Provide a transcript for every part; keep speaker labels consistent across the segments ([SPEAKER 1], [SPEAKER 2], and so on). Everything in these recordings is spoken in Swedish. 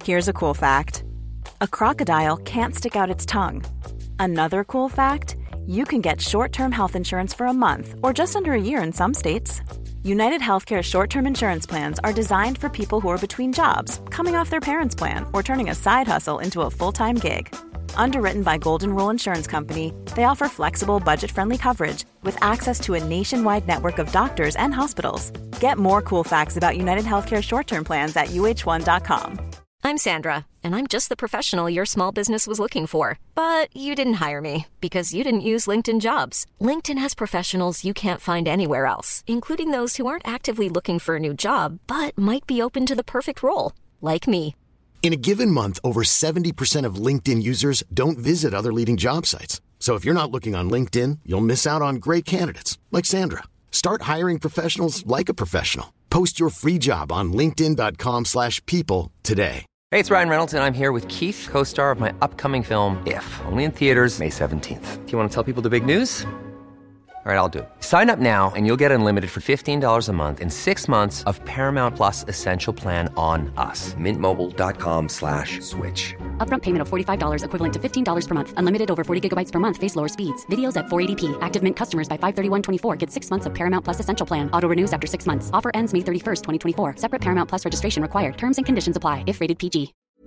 [SPEAKER 1] Here's a cool fact. A crocodile can't stick out its tongue. Another cool fact, you can get short-term health insurance for a month or just under a year in some states. United Healthcare short-term insurance plans are designed for people who are between jobs, coming off their parents' plan, or turning a side hustle into a full-time gig. Underwritten by Golden Rule Insurance Company, they offer flexible, budget-friendly coverage with access to a nationwide network of doctors and hospitals. Get more cool facts about United Healthcare short-term plans at uh1.com.
[SPEAKER 2] I'm Sandra, and I'm just the professional your small business was looking for. But you didn't hire me because you didn't use LinkedIn Jobs. LinkedIn has professionals you can't find anywhere else, including those who aren't actively looking for a new job, but might be open to the perfect role, like me.
[SPEAKER 3] In a given month, over 70% of LinkedIn users don't visit other leading job sites. So if you're not looking on LinkedIn, you'll miss out on great candidates like Sandra. Start hiring professionals like a professional. Post your free job on linkedin.com/people today.
[SPEAKER 4] Hey, it's Ryan Reynolds, and I'm here with Keith, co-star of my upcoming film, If, only in theaters May 17th. Do you want to tell people the big news? All right, I'll do it. Sign up now and you'll get unlimited for $15 a month and 6 months of Paramount Plus Essential Plan on us. MintMobile.com/switch.
[SPEAKER 5] Upfront payment of $45 equivalent to $15 per month. Unlimited over 40 gigabytes per month. Face lower speeds. Videos at 480p. Active Mint customers by 531.24 get 6 months of Paramount Plus Essential Plan. Auto renews after 6 months. Offer ends May 31st, 2024. Separate Paramount Plus registration required. Terms and conditions apply if rated PG.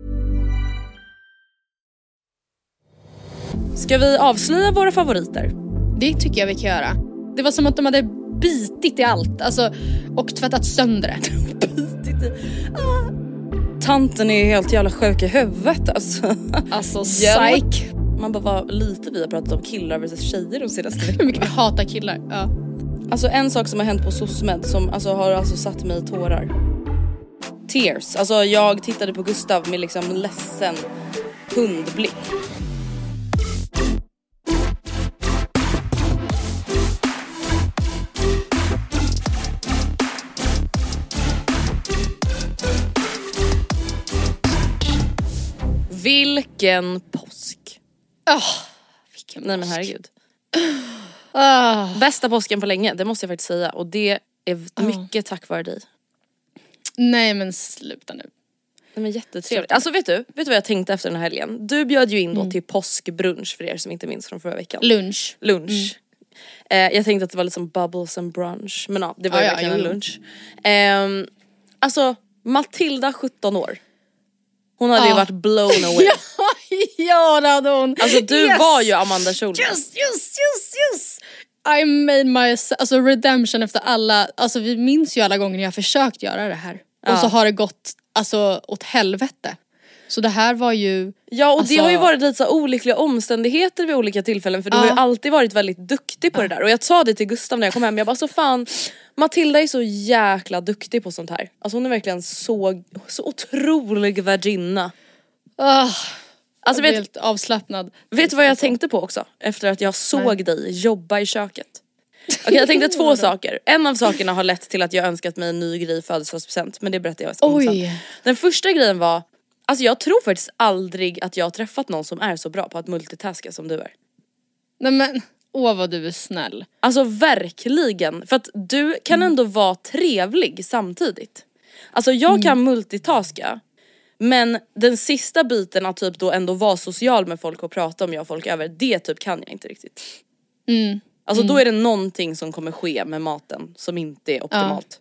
[SPEAKER 6] Ska vi avslöja våra favoriter?
[SPEAKER 7] Det tycker jag vi kan göra. Det var som att de hade bitit i allt. Alltså, och tvättat sönder det.
[SPEAKER 6] Bitit i... Tanten är helt jävla sjuk i huvudet alltså.
[SPEAKER 7] Alltså psych.
[SPEAKER 6] Man bara, vad lite vi har pratat om killar versus tjejer de senaste veckorna.
[SPEAKER 7] Hur mycket vi hatar killar. Ja.
[SPEAKER 6] Alltså en sak som har hänt på SOSMED som alltså, har alltså satt mig i tårar. Tears. Alltså jag tittade på Gustav med liksom ledsen hundblick. Vilken påsk.
[SPEAKER 7] Vilken
[SPEAKER 6] Nej
[SPEAKER 7] påsk.
[SPEAKER 6] men herregud. Bästa påsken på länge, det måste jag faktiskt säga. Och det är mycket tack vare dig.
[SPEAKER 7] Nej men sluta nu.
[SPEAKER 6] Nej, men jättetrevligt. Alltså vet du vad jag tänkte efter den här helgen? Du bjöd ju in då till påskbrunch för er som inte minns från förra veckan.
[SPEAKER 7] Lunch.
[SPEAKER 6] Jag tänkte att det var liksom bubbles and brunch. Men ja, det var ju verkligen en lunch. Alltså Matilda 17 år. Hon hade ju varit blown away.
[SPEAKER 7] Ja, det hade hon.
[SPEAKER 6] Alltså du var ju Amanda Schulman.
[SPEAKER 7] Yes. I made my alltså redemption efter alla. Alltså vi minns ju alla gånger jag har försökt göra det här. Och så har det gått alltså åt helvete. Så det här var ju...
[SPEAKER 6] Ja och det har ju varit lite så olyckliga omständigheter vid olika tillfällen. För du har ju alltid varit väldigt duktig på det där. Och jag sa det till Gustav när jag kom hem. Jag bara så fan, Matilda är så jäkla duktig på sånt här. Alltså hon är verkligen så otrolig vagina.
[SPEAKER 7] Alltså jag helt avslappnad.
[SPEAKER 6] Vet du vad jag tänkte på också? Efter att jag såg dig jobba i köket. Okej, jag tänkte 2 saker. En av sakerna har lett till att jag önskat mig en ny grej födelsedagspresent. Men det berättar jag om sen. Den första grejen var, alltså jag tror faktiskt aldrig att jag har träffat någon som är så bra på att multitaska som du är.
[SPEAKER 7] Nej men, vad du är snäll.
[SPEAKER 6] Alltså verkligen. För att du kan ändå vara trevlig samtidigt. Alltså jag kan multitaska. Men den sista biten att typ då ändå vara social med folk och prata om jag och folk över, det typ kan jag inte riktigt. Alltså då är det någonting som kommer ske med maten som inte är optimalt.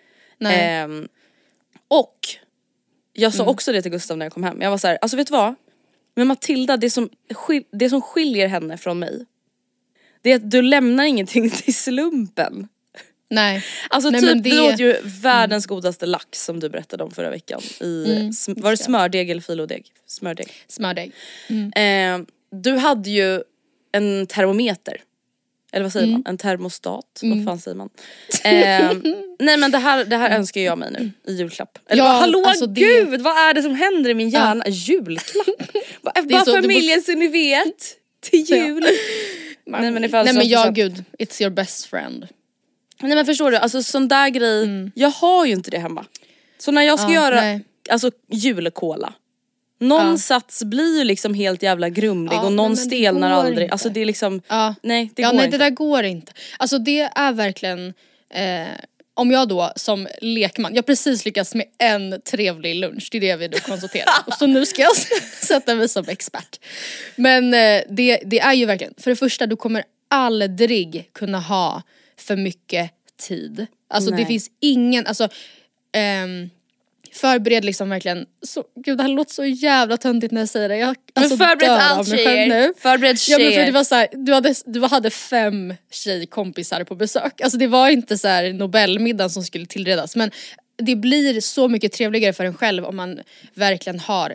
[SPEAKER 6] Och jag sa också det till Gustav när jag kom hem. Jag var så här, alltså vet du vad? Men Matilda, det som skiljer henne från mig, det är att du lämnar ingenting till slumpen.
[SPEAKER 7] Nej.
[SPEAKER 6] Alltså
[SPEAKER 7] nej,
[SPEAKER 6] typ det åt ju världens godaste lax som du berättade om förra veckan var det smördeg eller filodeg? Smördeg. Du hade ju en termometer. Eller vad säger man? En termostat. Vad fan säger man? Nej men det här önskar jag mig nu i julklapp. Eller hallå alltså gud, vad är det som händer i min hjärna? Julklapp? Bara familjen så ni vet. Till jul. Nej men
[SPEAKER 7] jag gud, it's your best friend.
[SPEAKER 6] Nej men förstår du, alltså sån där grej, jag har ju inte det hemma. Så när jag ska göra alltså julkola, någon sats blir ju liksom helt jävla grumlig och någon stelnar aldrig. Inte. Alltså det är liksom, nej det går inte.
[SPEAKER 7] Det där går inte. Alltså det är verkligen om jag då som lekman, jag precis lyckats med en trevlig lunch, det är det vi då konstaterar. Och så nu ska jag sätta mig som expert. Men det är ju verkligen, för det första, du kommer aldrig kunna ha för mycket tid. Alltså det finns ingen, alltså förbered liksom verkligen så, gud det här låter så jävla töntigt när jag säger det.
[SPEAKER 6] Men förbered allt tjejer. Förbered tjejer.
[SPEAKER 7] Ja, men för det var så här, du hade 5 tjejkompisar på besök. Alltså det var inte så här Nobelmiddagen som skulle tillredas, men det blir så mycket trevligare för en själv om man verkligen har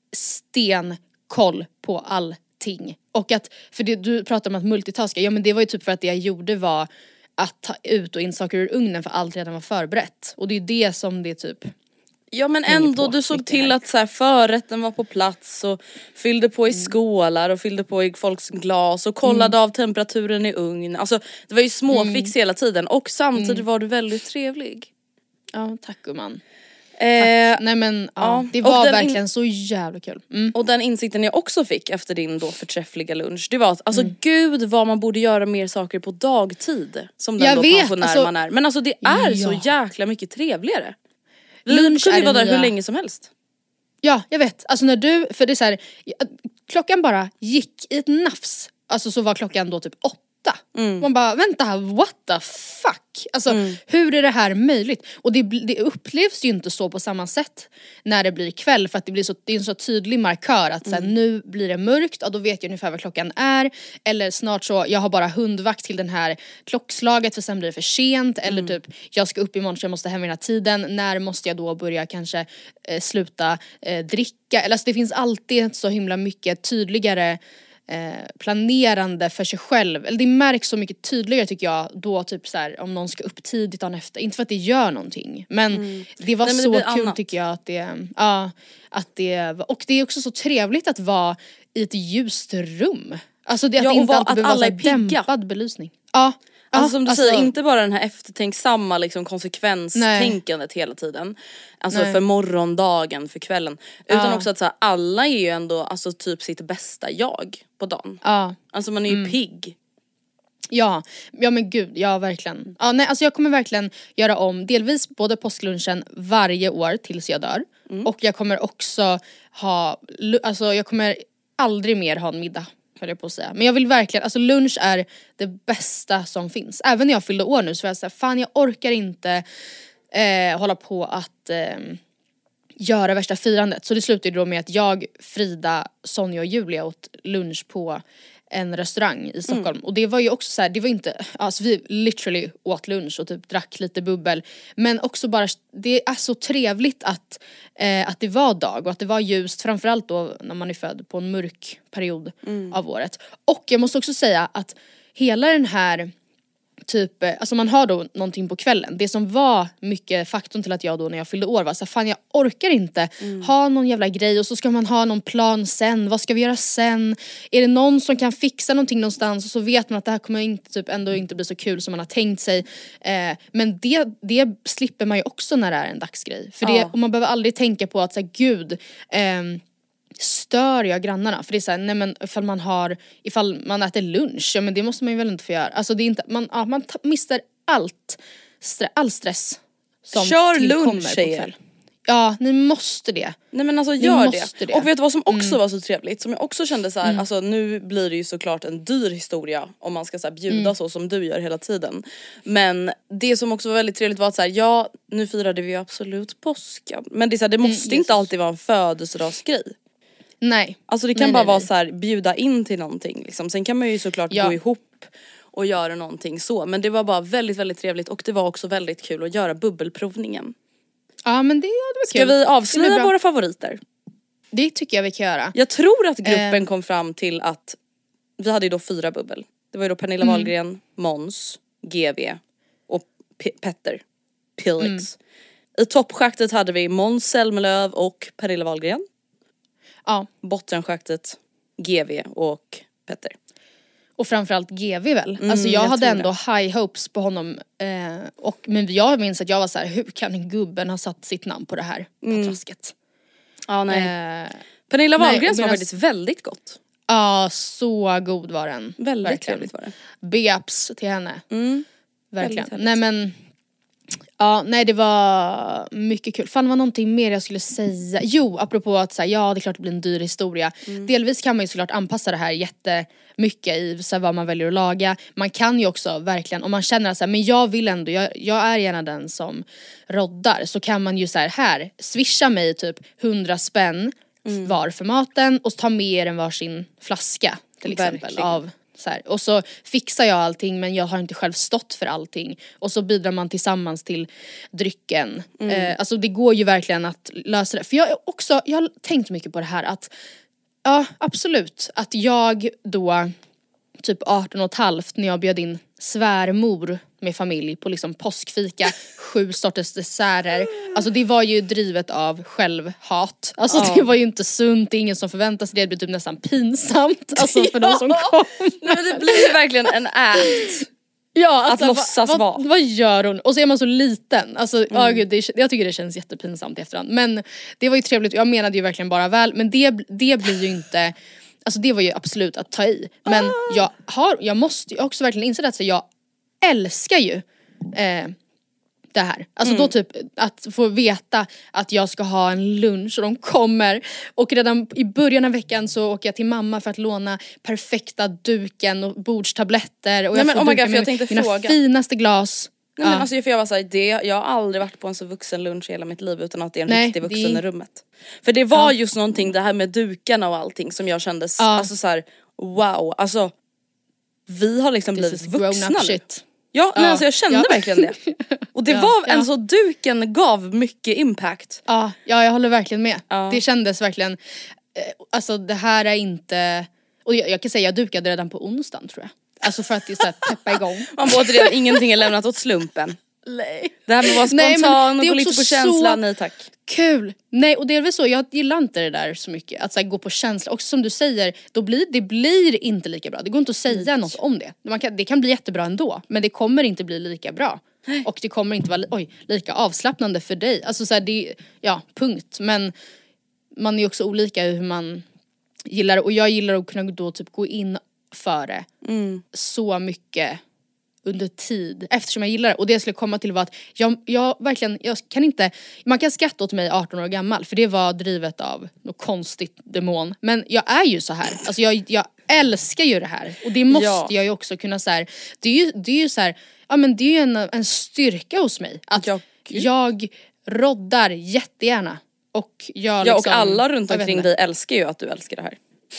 [SPEAKER 7] stenkoll på allting. Och att, för det, du pratar om att multitaska, ja men det var ju typ för att det jag gjorde var att ta ut och in saker ur ugnen för allt redan var förberett. Och det är det som det typ...
[SPEAKER 6] Ja men ändå, du såg till att så här, förrätten var på plats och fyllde på i skålar och fyllde på i folks glas och kollade av temperaturen i ugn. Alltså det var ju småfix hela tiden och samtidigt var du väldigt trevlig.
[SPEAKER 7] Ja, tack gumman. Nej men ja, det var verkligen så jävla kul.
[SPEAKER 6] Och den insikten jag också fick efter din då förträffliga lunch, det var att alltså gud vad man borde göra mer saker på dagtid som den då pensionär alltså, man är. Men alltså det är så jäkla mycket trevligare. Lunch kunde ju vara där hur länge som helst.
[SPEAKER 7] Ja, jag vet. Alltså när du, för det är så här, klockan bara gick i ett nafs. Alltså så var klockan då typ 8. Man bara, vänta, what the fuck? Alltså hur är det här möjligt? Och det upplevs ju inte så på samma sätt när det blir kväll, för att det är en så tydlig markör att så här, nu blir det mörkt och då vet jag ungefär vad klockan är. Eller snart så, jag har bara hundvakt till den här klockslaget för sen blir det för sent. Eller typ, jag ska upp imorgon så jag måste hem vid den här tiden. När måste jag då börja kanske sluta dricka? Eller alltså det finns alltid så himla mycket tydligare planerande för sig själv. Eller det märks så mycket tydligare tycker jag då typ så här, om någon ska upp tidigt dagen efter. Inte för att det gör någonting, men det var så kul annat. Tycker jag att det var, och det är också så trevligt att vara i ett ljust rum. Alltså det att inte alltid behöva vara dämpad belysning. Ja.
[SPEAKER 6] Alltså som du säger, inte bara den här eftertänksamma liksom, konsekvenstänkandet hela tiden. Alltså för morgondagen, för kvällen. Utan också att så här, alla är ju ändå alltså, typ sitt bästa jag på dagen. Alltså man är ju pigg.
[SPEAKER 7] Ja men gud, ja verkligen. Ja, nej, alltså jag kommer verkligen göra om delvis både påsklunchen varje år tills jag dör. Och jag kommer också ha, alltså jag kommer aldrig mer ha en middag. På att säga. Men jag vill verkligen, alltså lunch är det bästa som finns. Även när jag fyllde år nu så var jag såhär, fan jag orkar inte hålla på att göra värsta firandet. Så det slutade då med att jag, Frida, Sonja och Julia åt lunch på en restaurang i Stockholm. Och det var ju också så här, det var inte, alltså vi literally åt lunch och typ drack lite bubbel. Men också bara, det är så trevligt att det var dag och att det var ljust. Framförallt då när man är född på en mörk period av året. Och jag måste också säga att hela den här typ, alltså man har då någonting på kvällen. Det som var mycket faktorn till att jag då när jag fyllde år var så fan jag orkar inte ha någon jävla grej och så ska man ha någon plan sen. Vad ska vi göra sen? Är det någon som kan fixa någonting någonstans och så vet man att det här kommer inte, typ, ändå inte bli så kul som man har tänkt sig. Men det slipper man ju också när det är en dagsgrej. För det, och man behöver aldrig tänka på att så här, gud stör jag grannarna? För det är såhär, nej men ifall man äter lunch, ja men det måste man ju väl inte få göra. Alltså det är inte, man mister all stress som
[SPEAKER 6] kör lunch på kväll.
[SPEAKER 7] Ja, ni måste det.
[SPEAKER 6] Nej men alltså gör det. Och vet du vad som också var så trevligt? Som jag också kände så här, alltså nu blir det ju såklart en dyr historia om man ska så här bjuda så som du gör hela tiden. Men det som också var väldigt trevligt var att så här, ja, nu firade vi absolut påsken. Men det är så här, det måste inte alltid vara en födelsedagsgrej.
[SPEAKER 7] Nej.
[SPEAKER 6] Alltså det kan bara vara så här, bjuda in till någonting liksom. Sen kan man ju såklart gå ihop och göra någonting så. Men det var bara väldigt, väldigt trevligt. Och det var också väldigt kul att göra bubbelprovningen.
[SPEAKER 7] Ja men det var kul.
[SPEAKER 6] Ska vi avslöja våra favoriter?
[SPEAKER 7] Det tycker jag vi kan göra.
[SPEAKER 6] Jag tror att gruppen kom fram till att vi hade ju då 4 bubbel. Det var ju då Pernilla Wahlgren, Måns, GV och Petter Pilix. I toppschaktet hade vi Måns Zelmerlöw och Pernilla Wahlgren.
[SPEAKER 7] Ja.
[SPEAKER 6] Bottenschaktet GV och Petter.
[SPEAKER 7] Och framförallt GV väl. Alltså jag hade ändå high hopes på honom. Men jag minns att jag var så här: hur kan gubben ha satt sitt namn på det här patrasket?
[SPEAKER 6] Ja nej. Pernilla Wahlgren var faktiskt väldigt gott.
[SPEAKER 7] Ja, så god var den.
[SPEAKER 6] Väldigt trevligt var det.
[SPEAKER 7] Beaps till henne. Verkligen. Nej men Ja, nej det var mycket kul. Fan, det var någonting mer jag skulle säga. Jo, apropå att säga, ja det är klart det blir en dyr historia. Delvis kan man ju såklart anpassa det här jättemycket i så här, vad man väljer att laga. Man kan ju också verkligen, om man känner att men jag vill ändå, jag är gärna den som roddar. Så kan man ju så här swisha mig typ 100 spänn var för maten. Och ta med en varsin flaska till exempel verkligen. Av så här. Och så fixar jag allting men jag har inte själv stått för allting. Och så bidrar man tillsammans till drycken. Alltså det går ju verkligen att lösa det. För jag har tänkt mycket på det här att ja absolut att jag då typ 18,5 när jag bjöd in svärmor med familj på liksom påskfika, 7 sorters desserter. Alltså det var ju drivet av självhat. Alltså det var ju inte sunt, det är ingen som förväntar sig det blir typ nästan pinsamt. Alltså för de som kom.
[SPEAKER 6] Nej, men det blir verkligen en act.
[SPEAKER 7] Ja,
[SPEAKER 6] alltså, att låtsas vara.
[SPEAKER 7] Vad gör hon? Och så är man så liten. Alltså, gud, jag tycker det känns jättepinsamt i efterhand. Men det var ju trevligt, jag menade ju verkligen bara väl. Men det blir ju inte. Alltså det var ju absolut att ta i. Men jag måste ju också verkligen inse att jag älskar ju det här. Alltså då typ att få veta att jag ska ha en lunch och de kommer. Och redan i början av veckan så åker jag till mamma för att låna perfekta duken och bordstabletter. Och jag får duka med mina finaste glas.
[SPEAKER 6] Nej, men alltså, för jag var såhär, jag har aldrig varit på en så vuxen lunch i hela mitt liv utan att det är en riktig vuxen i rummet. För det var just någonting, det här med dukarna och allting som jag kände, alltså såhär, wow, alltså vi har liksom blivit vuxna nu. Shit. Ja, men alltså jag kände verkligen det. Och det var alltså duken gav mycket impact.
[SPEAKER 7] Ja, jag håller verkligen med. Det kändes verkligen, alltså det här är inte, och jag kan säga jag dukade redan på onsdagen tror jag. Alltså för att det är så här peppa igång.
[SPEAKER 6] Man båda redan ingenting är lämnat åt slumpen.
[SPEAKER 7] Nej.
[SPEAKER 6] Det här med att vara spontan och gå lite på känsla, nej tack.
[SPEAKER 7] Kul. Nej, och det är väl så, jag gillar inte det där så mycket. Att så här, gå på känsla. Och som du säger, det blir inte lika bra. Det går inte att säga något om det. Det kan bli jättebra ändå. Men det kommer inte bli lika bra. Och det kommer inte vara lika avslappnande för dig. Alltså så här, punkt. Men man är ju också olika hur man gillar det. Och jag gillar att kunna då typ gå in för det så mycket under tid eftersom jag gillar det. Och det jag skulle komma till var att jag verkligen, jag kan inte, man kan skratta åt mig 18 år gammal för det var drivet av något konstigt demon, men jag är ju så här, alltså jag älskar ju det här och det måste jag ju också kunna så här, det är ju så här, ja men det är ju en styrka hos mig att jag roddar jättegärna och jag liksom,
[SPEAKER 6] och alla runt omkring dig älskar ju att du älskar det här.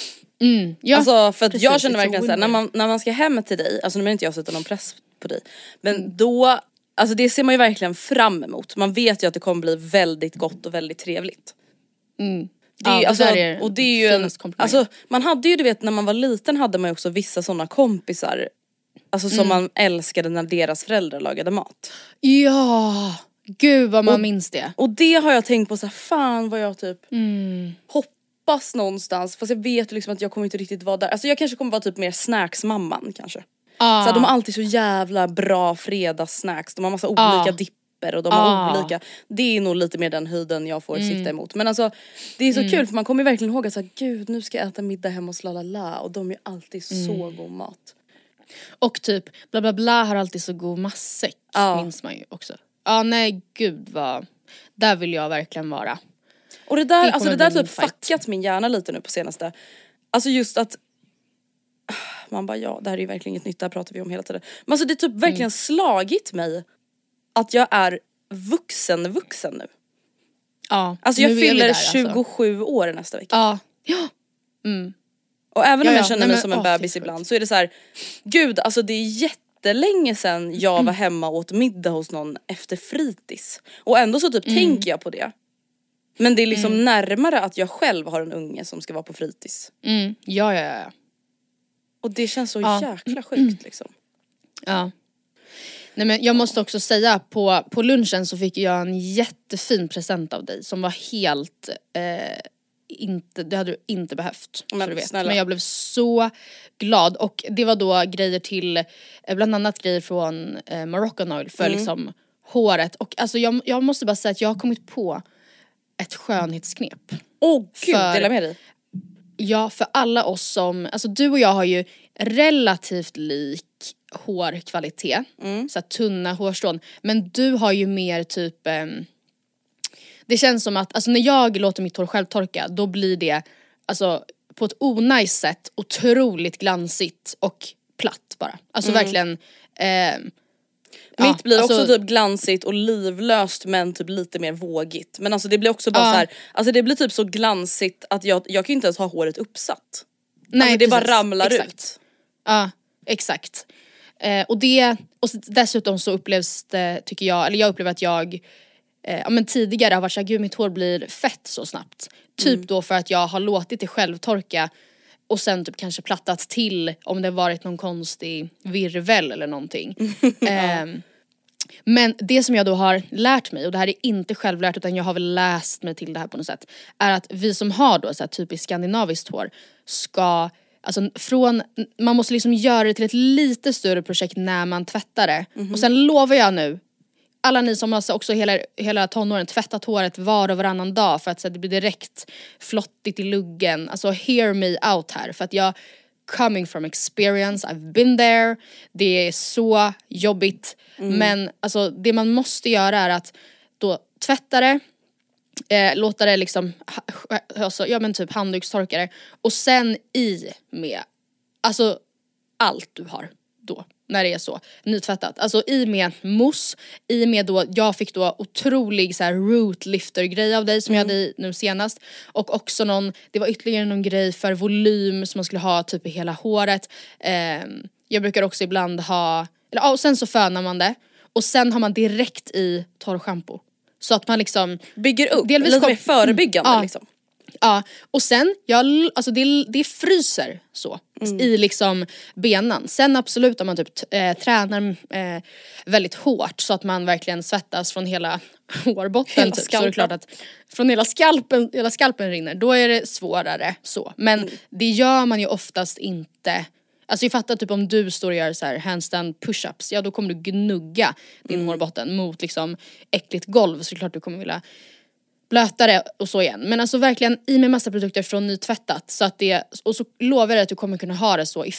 [SPEAKER 6] Alltså för att precis, jag känner verkligen såhär, när man ska hem till dig, alltså nu menar inte jag sätta någon press på dig, men då, alltså det ser man ju verkligen fram emot. Man vet ju att det kommer bli väldigt gott och väldigt trevligt. Det är, alltså, och det är ju en, alltså man hade ju, du vet när man var liten hade man ju också vissa sådana kompisar, alltså som man älskade när deras föräldrar lagade mat.
[SPEAKER 7] Ja, gud vad man minns det.
[SPEAKER 6] Och det har jag tänkt på så här, fan vad jag typ hoppas någonstans, fast jag vet liksom att jag kommer inte riktigt vara där. Alltså jag kanske kommer vara typ mer snacksmamman kanske. Så här, de har alltid så jävla bra fredagssnacks, de har massa olika dipper och de har olika, det är nog lite mer den höjden jag får sikta emot. Men alltså det är så kul för man kommer verkligen ihåg att så här, gud nu ska jag äta middag hemma hos lalala och de är alltid så god mat.
[SPEAKER 7] Och typ bla bla bla har alltid så god matsäck, minns man ju också. Nej gud vad, där vill jag verkligen vara.
[SPEAKER 6] Och det där, alltså det där typ fuckat min hjärna lite nu på senaste. Alltså just att man bara det här är ju verkligen inget nytt, det här pratar vi om hela tiden. Men alltså det typ verkligen slagit mig att jag är vuxen nu. Ja. Alltså jag fyller där, 27 år nästa vecka. Ja. Och även om jag känner mig som en bebis ibland så är det så här, gud alltså det är jättelänge sedan jag var hemma och åt middag hos någon efter fritids. Och ändå så typ tänker jag på det. Men det är liksom närmare att jag själv har en unge som ska vara på fritids.
[SPEAKER 7] Ja.
[SPEAKER 6] Och det känns så jäkla sjukt liksom. Ja.
[SPEAKER 7] Nej men jag måste också säga, på lunchen så fick jag en jättefin present av dig som var helt inte, det hade du inte behövt, men, så du vet. Men jag blev så glad och det var då grejer till bland annat grejer från Moroccan Oil för liksom håret och alltså jag måste bara säga att jag har kommit på ett skönhetsknep.
[SPEAKER 6] Gud, dela med dig.
[SPEAKER 7] Ja, för alla oss som, alltså du och jag har ju relativt lik hårkvalitet. Så här tunna hårstrån. Men du har ju mer typ det känns som att alltså när jag låter mitt hår själv torka, då blir det alltså på ett onajs sätt otroligt glansigt och platt bara. Alltså verkligen
[SPEAKER 6] mitt blir också typ glansigt och livlöst, men typ lite mer vågigt. Men alltså det blir också bara så här, alltså det blir typ så glansigt att jag kan ju inte ens ha håret uppsatt. Nej, alltså det bara ramlar ut.
[SPEAKER 7] Ja, exakt. Och dessutom så upplevs det, tycker jag, eller jag upplever att jag men tidigare har varit såhär, gud mitt hår blir fett så snabbt. Typ då för att jag har låtit det självtorka och sen typ kanske plattat till om det varit någon konstig virvel eller någonting. Men det som jag då har lärt mig, och det här är inte självlärt utan jag har väl läst mig till det här på något sätt, är att vi som har då så här typiskt skandinaviskt hår ska, alltså man måste liksom göra det till ett lite större projekt när man tvättar det. Och sen lovar jag nu, alla ni som har också hela tonåren tvättat håret var och varannan dag för att så att det blir direkt flottigt i luggen. Alltså hear me out här, för att jag coming from experience, I've been there. Det är så jobbigt. Men alltså det man måste göra är att då tvätta det, låta det liksom alltså, ja men typ handdukstorka det, och sen i med alltså allt du har då när det är så nytvättat, alltså i med mousse, i med då, jag fick då otrolig så här root lifter grej av dig som jag hade nu senast, och också det var ytterligare någon grej för volym som man skulle ha typ i hela håret. Jag brukar också ibland ha, och sen så fönar man det och sen har man direkt i torrschampo så att man liksom
[SPEAKER 6] bygger upp lite mer förebyggande liksom.
[SPEAKER 7] Ja, och sen, alltså det fryser så i liksom benan. Sen absolut om man typ tränar väldigt hårt så att man verkligen svettas från hela hårbotten typ, så är det klart att från hela skalpen rinner. Då är det svårare så. Men det gör man ju oftast inte. Alltså jag fattar typ om du står och gör så här handstand push-ups, ja då kommer du gnugga din hårbotten mot liksom äckligt golv, så klart du kommer vilja blötare och så igen. Men alltså verkligen i med massa produkter från nytvättat, så att det, och så lovar jag att du kommer kunna ha det så i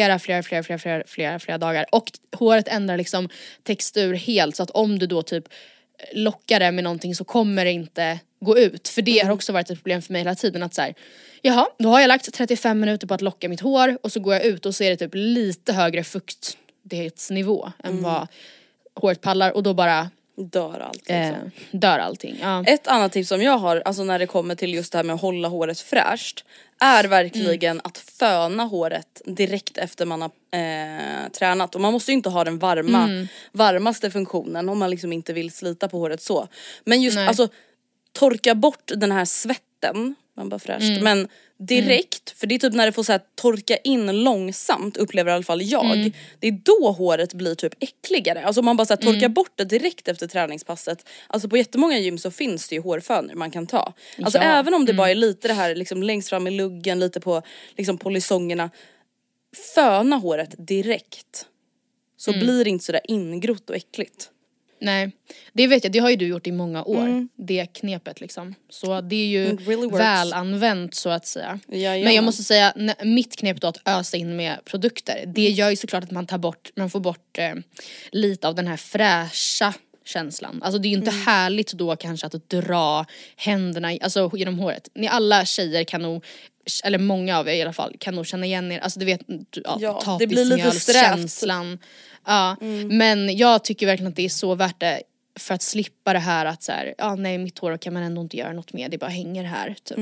[SPEAKER 7] flera dagar, och håret ändrar liksom textur helt, så att om du då typ lockar det med någonting så kommer det inte gå ut, för det har också varit ett problem för mig hela tiden att så här, jaha, då har jag lagt 35 minuter på att locka mitt hår och så går jag ut och så är det typ lite högre fuktighetsnivå än vad håret pallar, och då bara dör allting. Ja.
[SPEAKER 6] Ett annat tips som jag har, alltså när det kommer till just det här med att hålla håret fräscht, är verkligen att föna håret direkt efter man har tränat. Och man måste ju inte ha den varmaste funktionen om man liksom inte vill slita på håret så. Men just alltså torka bort den här svetten, man bara fräscht, men direkt, för det är typ när det får så här torka in långsamt, upplever i alla fall jag, det är då håret blir typ äckligare. Alltså man bara så här torkar bort det direkt efter träningspasset. Alltså på jättemånga gym så finns det ju hårföner man kan ta. Alltså även om det bara är lite det här liksom längst fram i luggen, lite på liksom polisongerna, föna håret direkt, så blir det inte så där ingrott och äckligt.
[SPEAKER 7] Nej, det vet jag, det har ju du gjort i många år, det knepet liksom. Så det är ju really väl använt så att säga. Men jag måste säga, mitt knep då att ösa in med produkter, det gör ju såklart att man får bort lite av den här fräscha känslan. Alltså det är ju inte härligt då kanske att dra händerna genom håret. Ni alla tjejer kan nog, eller många av er i alla fall, kan nog känna igen er. Alltså du vet,
[SPEAKER 6] det blir lite
[SPEAKER 7] känslan. Ja, men jag tycker verkligen att det är så värt det för att slippa det här att så här, nej mitt hår kan man ändå inte göra något med, det bara hänger här typ.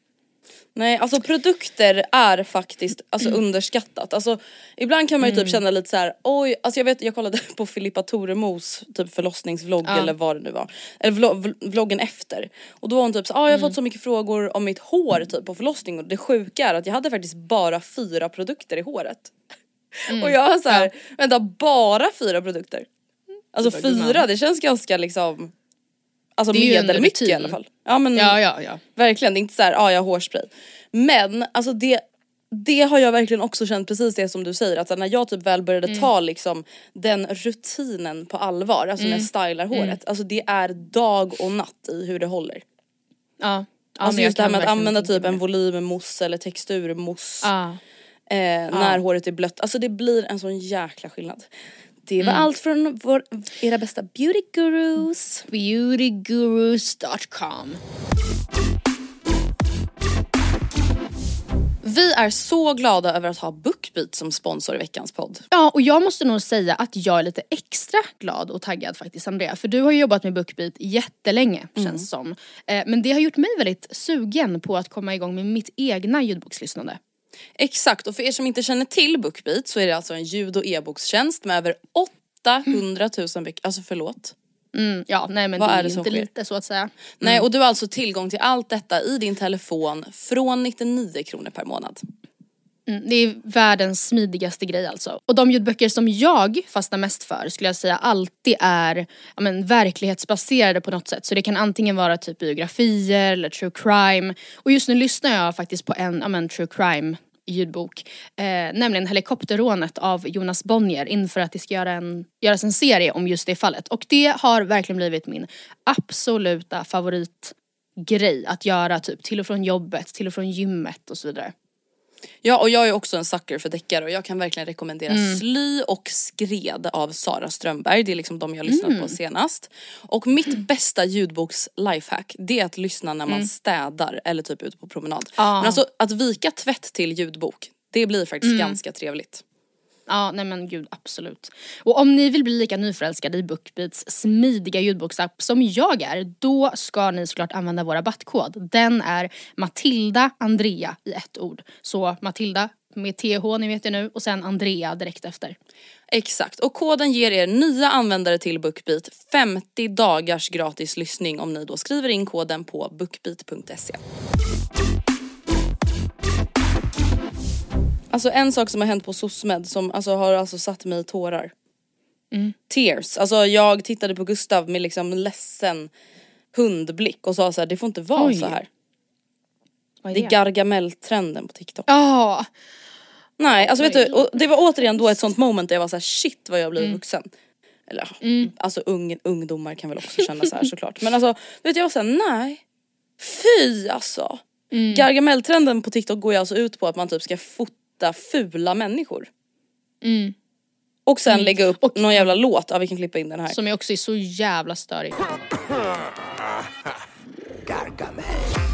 [SPEAKER 6] Nej, alltså produkter är faktiskt underskattat. Alltså ibland kan man ju typ känna lite så här, oj, alltså jag kollade på Filippa Toremos typ förlossningsvlogg eller vad det nu var. Eller vloggen efter. Och då var hon typ så jag har fått så mycket frågor om mitt hår typ på förlossning, och det sjuka är att jag hade faktiskt bara 4 produkter i håret. Och jag har så här, vänta, bara 4 produkter. Alltså 4, det känns ganska liksom, alltså medelmycket i alla fall. Ja men ja. Verkligen, det är inte så här, jag har hårspray. Men alltså det har jag verkligen också känt, precis det som du säger, att när jag typ väl började ta liksom den rutinen på allvar, alltså när jag stylar håret, alltså det är dag och natt i hur det håller.
[SPEAKER 7] Ja.
[SPEAKER 6] Alltså just det här med att använda typ en volymmousse eller texturmousse. när håret är blött. Alltså det blir en sån jäkla skillnad. Det var allt från era bästa beauty gurus.
[SPEAKER 7] Beautygurus.com.
[SPEAKER 6] Vi är så glada över att ha BookBeat som sponsor i veckans podd.
[SPEAKER 7] Ja, och jag måste nog säga att jag är lite extra glad och taggad faktiskt, Andrea. För du har jobbat med BookBeat jättelänge, känns som. Men det har gjort mig väldigt sugen på att komma igång med mitt egna ljudbokslyssnande.
[SPEAKER 6] Exakt, och för er som inte känner till BookBeat så är det alltså en ljud- och e-bokstjänst med över 800 000 böcker. Alltså förlåt.
[SPEAKER 7] Ja, nej men vad det är inte lite så att säga.
[SPEAKER 6] Nej, och du har alltså tillgång till allt detta i din telefon från 99 kronor per månad.
[SPEAKER 7] Det är världens smidigaste grej alltså. Och de ljudböcker som jag fastnar mest för skulle jag säga alltid är verklighetsbaserade på något sätt. Så det kan antingen vara typ biografier eller true crime. Och just nu lyssnar jag faktiskt på en true crime ljudbok. Nämligen Helikopterrånet av Jonas Bonnier inför att det ska göras en serie om just det fallet. Och det har verkligen blivit min absoluta favoritgrej att göra typ till och från jobbet, till och från gymmet och så vidare.
[SPEAKER 6] Ja, och jag är också en sucker för deckare och jag kan verkligen rekommendera Sly och Skred av Sara Strömberg. Det är liksom de jag lyssnat på senast. Och mitt bästa ljudboks lifehack, det är att lyssna när man städar eller typ ute på promenad. Men alltså att vika tvätt till ljudbok, det blir faktiskt ganska trevligt.
[SPEAKER 7] Ja, nej men gud, absolut. Och om ni vill bli lika nyförälskade i BookBeats smidiga ljudboksapp som jag är, då ska ni såklart använda vår rabattkod. Den är Matilda Andrea i ett ord. Så Matilda med TH, ni vet ju nu, och sen Andrea direkt efter.
[SPEAKER 6] Exakt, och koden ger er nya användare till BookBeat 50 dagars gratis lyssning om ni då skriver in koden på bookbeat.se. Alltså en sak som har hänt på SOSMED som har satt mig i tårar. Tears. Alltså jag tittade på Gustav med liksom ledsen hundblick och sa så här: det får inte vara så här. Det är Gargamel-trenden på TikTok.
[SPEAKER 7] Ja.
[SPEAKER 6] Nej, alltså vet du, och det var återigen då ett sånt moment där jag var så här: shit vad jag blev vuxen. Eller alltså ungdomar kan väl också känna så här såklart. Men alltså, vet jag var så här: nej. Fy alltså. Gargamel-trenden på TikTok går ju alltså ut på att man typ ska fota fula människor. Och sen lägga upp någon jävla låt. Vi kan klippa in den här.
[SPEAKER 7] Som är också så jävla störig.
[SPEAKER 8] Gargamel.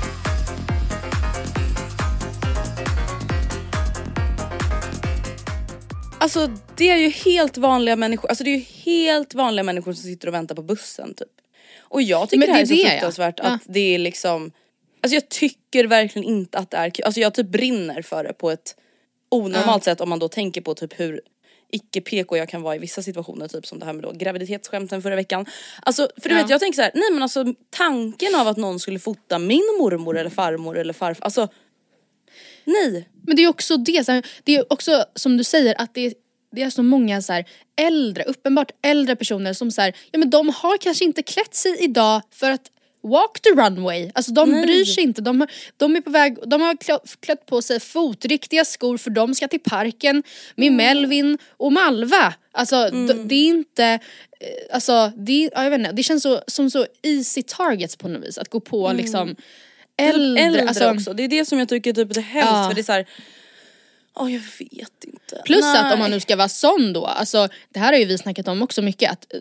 [SPEAKER 6] Alltså det är ju helt vanliga människor. Alltså det är ju helt vanliga människor som sitter och väntar på bussen typ. Och jag tycker det här är så fruktansvärt att det är liksom. Alltså jag tycker verkligen inte att det är kul. Alltså jag typ brinner för det på ett onormalt sätt om man då tänker på typ hur icke-PK jag kan vara i vissa situationer, typ som det här med då graviditetsskämten förra veckan. Alltså för du vet, jag tänker så här: nej men alltså tanken av att någon skulle fota min mormor eller farmor eller farfar, alltså nej.
[SPEAKER 7] Men det är också det är också som du säger att det är så många så här uppenbart äldre personer som så här, ja men de har kanske inte klätt sig idag för att walk the runway. Alltså de bryr sig inte. De är på väg. De har klätt på sig fotriktiga skor för de ska till parken med Melvin och Malva. Alltså det är inte. Alltså jag vet inte. Det känns som så easy targets på något vis att gå på liksom äldre alltså,
[SPEAKER 6] också. Det är det som jag tycker typ är hemskt för det är så här. Jag vet inte.
[SPEAKER 7] Plus att om man nu ska vara sån då. Alltså det här har ju vi snackat om också mycket. Att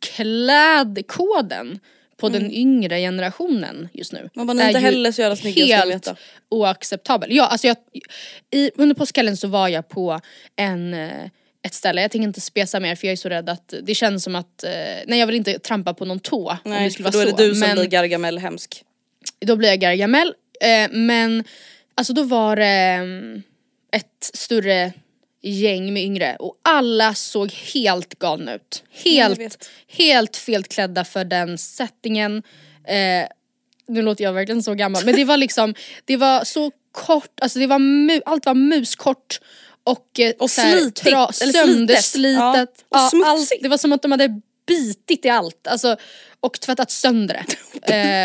[SPEAKER 7] klädkoden på den yngre generationen just nu.
[SPEAKER 6] Man är inte heller så jävla snygg,
[SPEAKER 7] helt oacceptabel. Ja, alltså under påskhelgen så var jag på ett ställe. Jag tänker inte spesa mer för jag är så rädd att det känns som att nej, jag vill inte trampa på någon tå.
[SPEAKER 6] Nej,
[SPEAKER 7] om det skulle
[SPEAKER 6] för
[SPEAKER 7] vara
[SPEAKER 6] då är det
[SPEAKER 7] så.
[SPEAKER 6] du som blir Gargamel hemsk.
[SPEAKER 7] Då blir jag Gargamel. Men alltså då var det ett större gäng med yngre och alla såg helt galna ut. Helt felklädda för den settingen. Nu låter jag verkligen så gammal, men det var liksom, det var så kort, alltså det var allt var muskort och
[SPEAKER 6] slitigt,
[SPEAKER 7] sönderslitet.
[SPEAKER 6] Och smutsigt.
[SPEAKER 7] Det var som att de hade bitit i allt, alltså, och tvättat sönder det.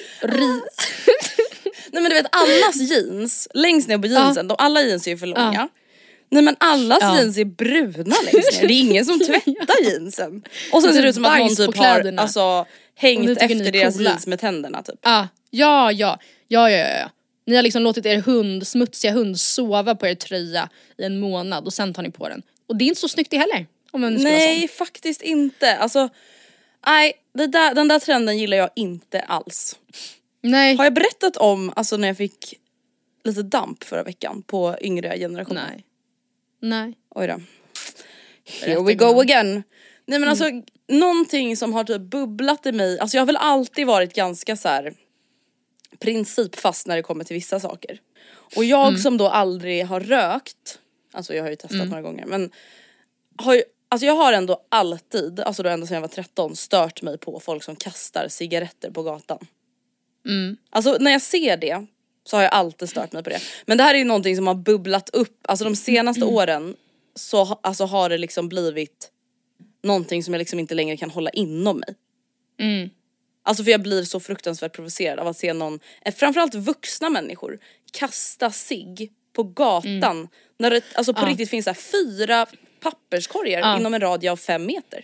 [SPEAKER 6] Nej men du vet, allas jeans längst ner på jeansen, alla jeans är ju för långa. Nej men allas jeans är bruna längst ner. Det är ingen som tvättar jeansen. Och sen ser det ut som att någon typ har hängt efter deras jeans med tänderna typ.
[SPEAKER 7] Ja. Ni har liksom låtit er smutsiga hund sova på er tröja i en månad och sen tar ni på den. Och det är inte så snyggt det heller.
[SPEAKER 6] Nej, faktiskt inte. Alltså, nej, den där trenden gillar jag inte alls.
[SPEAKER 7] Nej.
[SPEAKER 6] Har jag berättat om alltså när jag fick lite damp förra veckan på yngre generationer?
[SPEAKER 7] Nej.
[SPEAKER 6] Oj då. Here we go again. Nej men alltså någonting som har typ bubblat i mig. Alltså jag har väl alltid varit ganska så här principfast när det kommer till vissa saker. Och jag som då aldrig har rökt, alltså jag har ju testat några gånger, men alltså jag har ändå alltid, alltså då ända sedan jag var 13, stört mig på folk som kastar cigaretter på gatan. Alltså när jag ser det så har jag alltid stört mig på det. Men det här är ju någonting som har bubblat upp, alltså de senaste åren så alltså har det liksom blivit någonting som jag liksom inte längre kan hålla inom mig. Alltså för jag blir så fruktansvärt provocerad av att se någon, framförallt vuxna människor, kasta cigg på gatan när det alltså på riktigt finns så här 4 papperskorgar inom en radie av 5 meter.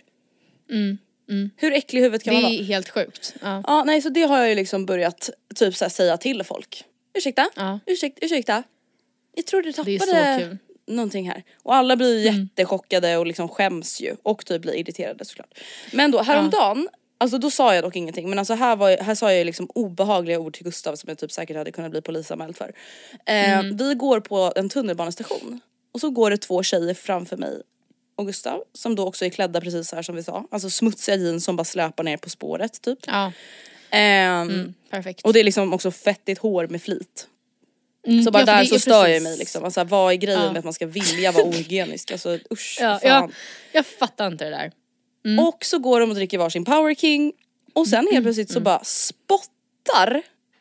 [SPEAKER 6] Hur äcklig huvudet kan man vara?
[SPEAKER 7] Det är helt sjukt.
[SPEAKER 6] Ja, nej, så det har jag ju liksom börjat typ så här säga till folk. Ursäkta. Jag tror du tappade någonting här. Och alla blir jättechockade och liksom skäms ju. Och typ blir irriterade såklart. Men då häromdagen, alltså då sa jag dock ingenting. Men alltså här sa jag liksom obehagliga ord till Gustav som jag typ säkert hade kunnat bli polisanmäld för. Vi går på en tunnelbanestation. Och så går det 2 tjejer framför mig och Gustav, som då också är klädda precis här som vi sa. Alltså smutsiga jeans som bara släpar ner på spåret typ.
[SPEAKER 7] Perfekt.
[SPEAKER 6] Och det är liksom också fettigt hår med flit. Så bara där så stör jag mig liksom. Alltså, vad är grejen med att man ska vilja vara ohygienisk? Alltså usch, fan.
[SPEAKER 7] Jag fattar inte det där.
[SPEAKER 6] Och så går de och dricker varsin Power King. Och sen helt plötsligt så bara spottar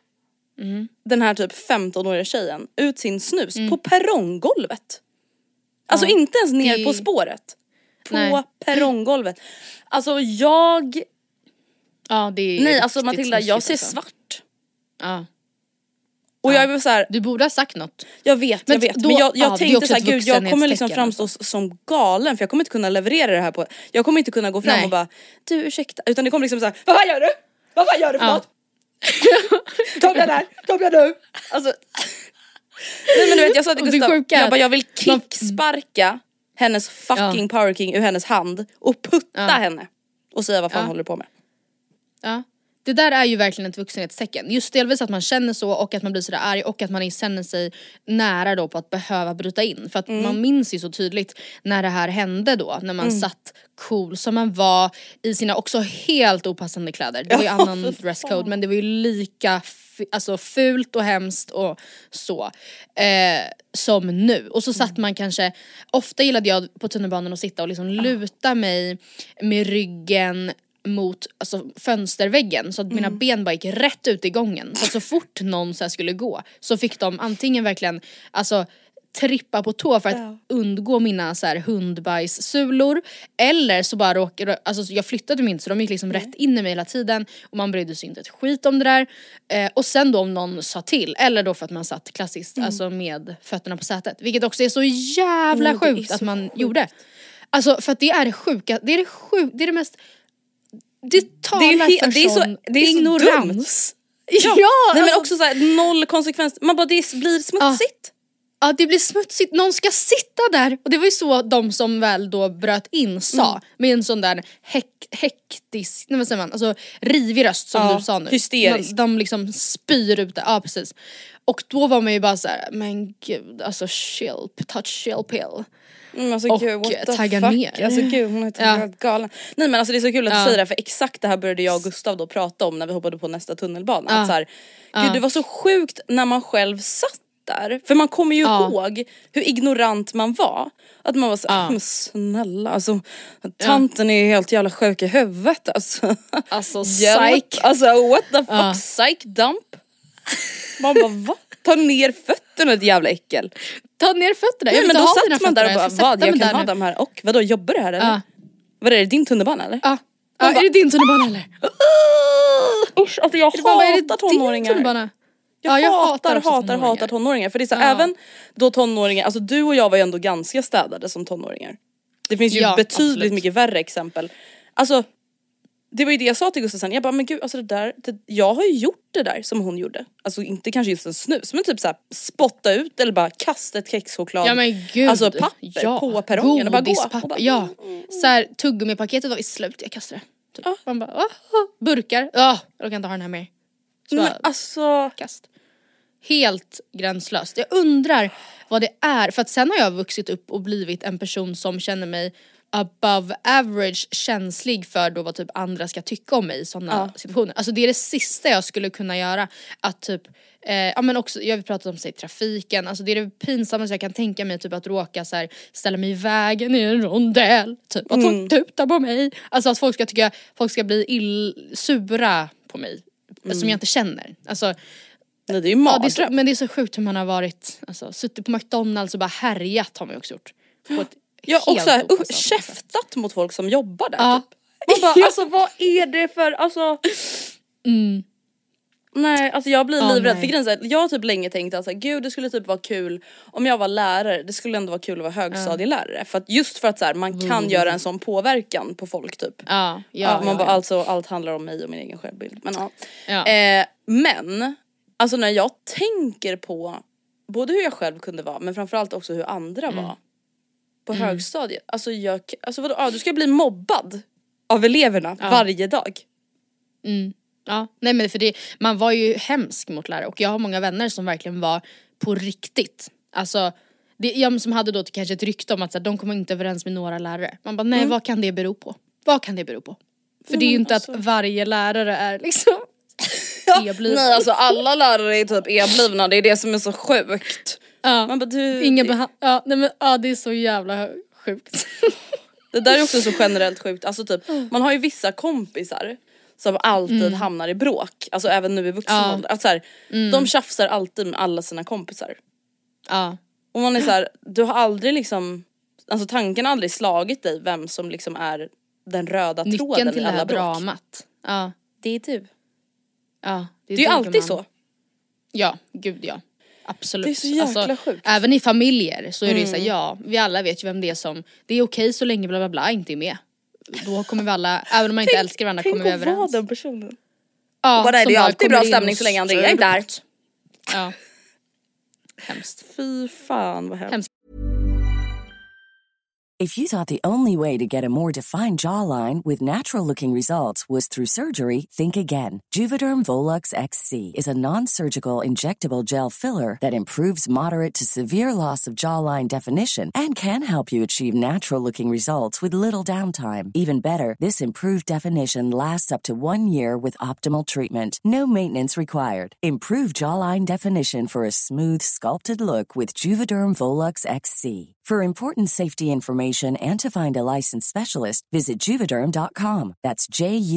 [SPEAKER 6] den här typ 15-åriga tjejen ut sin snus på perronggolvet. Alltså inte ens ner på spåret. På perronggolvet. Alltså jag...
[SPEAKER 7] Ja, det är...
[SPEAKER 6] Nej, alltså Matilda, jag ser svart.
[SPEAKER 7] Ja.
[SPEAKER 6] Och jag är så här,
[SPEAKER 7] du borde ha sagt något.
[SPEAKER 6] Jag vet. Men jag tänkte så här, gud, jag kommer liksom framstå som galen. För jag kommer inte kunna leverera det här på... Jag kommer inte kunna gå fram och bara, du ursäkta. Utan det kommer liksom så här, vad gör du? Vad gör du för något? Kom jag nu. Alltså... Nej men du vet, jag sa till Gustav, jag vill kicksparka hennes fucking Power King ur hennes hand och putta henne och säga vad fan håller du på med.
[SPEAKER 7] Ja. Det där är ju verkligen ett vuxenhetstecken. Just delvis att man känner så och att man blir sådär arg och att man känner sig nära då på att behöva bryta in. För att man minns ju så tydligt när det här hände då. När man satt cool som man var i sina också helt opassande kläder. Det var ju annan dresscode men det var ju lika alltså fult och hemskt och så som nu. Och så satt man kanske, ofta gillade jag på tunnelbanan att sitta och liksom luta mig med ryggen mot alltså, fönsterväggen så att mina ben bara gick rätt ut i gången. Så att så fort någon så här skulle gå så fick de antingen verkligen alltså trippa på tå för att undgå mina så här hundbajssulor eller så bara råkade, alltså jag flyttade mig inte så de gick liksom rätt in i mig hela tiden och man brydde sig inte ett skit om det där och sen då om någon sa till eller då för att man satt klassiskt alltså med fötterna på sätet, vilket också är så jävla sjukt att man gjorde. Alltså för att det är det sjuka, det är det mest det talar för sån ignorans. Ja,
[SPEAKER 6] nej, men också så här, noll konsekvens. Man bara, det blir smutsigt.
[SPEAKER 7] Ja, det blir smutsigt. Någon ska sitta där. Och det var ju så de som väl då bröt in sa. Med en sån där hektisk, nej vad säger man, alltså rivig röst som du sa nu.
[SPEAKER 6] Hysterisk.
[SPEAKER 7] De liksom spyr ut det. Ja, precis. Och då var man ju bara så här, men gud, alltså chill pill.
[SPEAKER 6] Alltså,
[SPEAKER 7] och
[SPEAKER 6] gud,
[SPEAKER 7] tagga ner.
[SPEAKER 6] Alltså gud, hon är helt galen. Nej men alltså det är så kul att du säger det, för exakt det här började jag och Gustav då prata om när vi hoppade på nästa tunnelbana. Att så här, gud det var så sjukt när man själv satt där. För man kommer ju ihåg hur ignorant man var. Att man var så men snälla, alltså tanten är helt jävla sjuk i huvudet alltså.
[SPEAKER 7] Alltså psych.
[SPEAKER 6] Alltså what the fuck, psych dump. Man bara va? Ta ner fötterna, ett jävla äckel.
[SPEAKER 7] Ta ner fötterna.
[SPEAKER 6] Nej, men då satt man där och bara, vad? Jag kan ha dem här. Och vadå, jobbar du här eller? Vad är det, din tunnelbana eller?
[SPEAKER 7] Ja, är det din tunnelbana eller?
[SPEAKER 6] Usch, alltså jag hatar tonåringar. Jag hatar tonåringar. För det är så även då tonåringar, alltså du och jag var ju ändå ganska städade som tonåringar. Det finns ju betydligt mycket värre exempel. Alltså det var ju det jag sa till Gustav sen. Jag bara, men gud, alltså jag har ju gjort det där som hon gjorde. Alltså inte kanske just en snus, men typ såhär spotta ut eller bara kasta ett kexchoklad.
[SPEAKER 7] Ja men gud.
[SPEAKER 6] Alltså papper på perrongen och bara gå.
[SPEAKER 7] Och bara, ja, såhär tuggummi-paketet var i slut, jag kastade det. Typ. Man bara, burkar, jag kan inte ha den här mer. Så
[SPEAKER 6] men alltså
[SPEAKER 7] kast. Helt gränslöst. Jag undrar vad det är, för att sen har jag vuxit upp och blivit en person som känner mig above average känslig för då vad typ andra ska tycka om mig i sådana situationer. Alltså det är det sista jag skulle kunna göra, att typ men också, jag har pratat om sig trafiken, alltså det är det pinsammaste jag kan tänka mig, typ att råka så här, ställa mig i vägen i en rondell, typ att tuta på mig, alltså att folk ska bli sura på mig som jag inte känner. Alltså
[SPEAKER 6] nej, det är ju mardröm.
[SPEAKER 7] men det är så sjukt hur man har varit, alltså suttit på McDonald's och bara härjat har man ju också gjort.
[SPEAKER 6] Jag har också käftat mot folk som jobbar där typ. Och bara, alltså vad är det för, alltså nej, alltså jag blir livrädd för grejen. Jag har typ länge tänkt att gud, det skulle typ vara kul om jag var lärare. Det skulle ändå vara kul att vara högstadielärare, för att just för att så här, man kan göra en sån påverkan på folk typ. Man bara, alltså allt handlar om mig och min egen självbild. Men men alltså när jag tänker på både hur jag själv kunde vara, men framförallt också hur andra var på högstadiet. Alltså vadå, du ska bli mobbad av eleverna varje dag.
[SPEAKER 7] Ja, nej men för man var ju hemsk mot lärare, och jag har många vänner som verkligen var på riktigt. Alltså jag som hade då kanske ett rykte om att så här, de kommer inte överens med några lärare. Man bara, nej, vad kan det bero på? Vad kan det bero på? För det är ju inte att varje lärare är liksom e-bliven.
[SPEAKER 6] Nej, alltså alla lärare är typ e-blivna, det är det som är så sjukt. Man bara,
[SPEAKER 7] det är så jävla sjukt.
[SPEAKER 6] Det där är också så generellt sjukt. Alltså typ, man har ju vissa kompisar som alltid hamnar i bråk. Alltså även nu i vuxen ålder. Alltså, de tjafsar alltid med alla sina kompisar. Och man är så här, du har aldrig liksom, alltså tanken har aldrig slagit dig vem som liksom är den röda tråden
[SPEAKER 7] till
[SPEAKER 6] i alla bråk.
[SPEAKER 7] dramat.
[SPEAKER 6] Det är du.
[SPEAKER 7] Det
[SPEAKER 6] är ju alltid så.
[SPEAKER 7] Ja, gud ja. Absolut.
[SPEAKER 6] Det är så jäkla sjukt.
[SPEAKER 7] Även i familjer så är det så här, vi alla vet ju vem det är som, det är okej så länge bla bla bla inte är med. Då kommer vi alla, även om man inte älskar varandra, kommer vi överens. Tänk att vara
[SPEAKER 6] den personen.
[SPEAKER 7] Ja,
[SPEAKER 6] det är ju alltid bra stämning så länge Andrea är där.
[SPEAKER 7] Ja. Hemskt.
[SPEAKER 6] Fy fan vad hemskt.
[SPEAKER 8] If you thought the only way to get a more defined jawline with natural-looking results was through surgery, think again. Juvederm Volux XC is a non-surgical injectable gel filler that improves moderate to severe loss of jawline definition and can help you achieve natural-looking results with little downtime. Even better, this improved definition lasts up to 1 year with optimal treatment. No maintenance required. Improve jawline definition for a smooth, sculpted look with Juvederm Volux XC. For important safety information and to find a licensed specialist, visit Juvederm.com. That's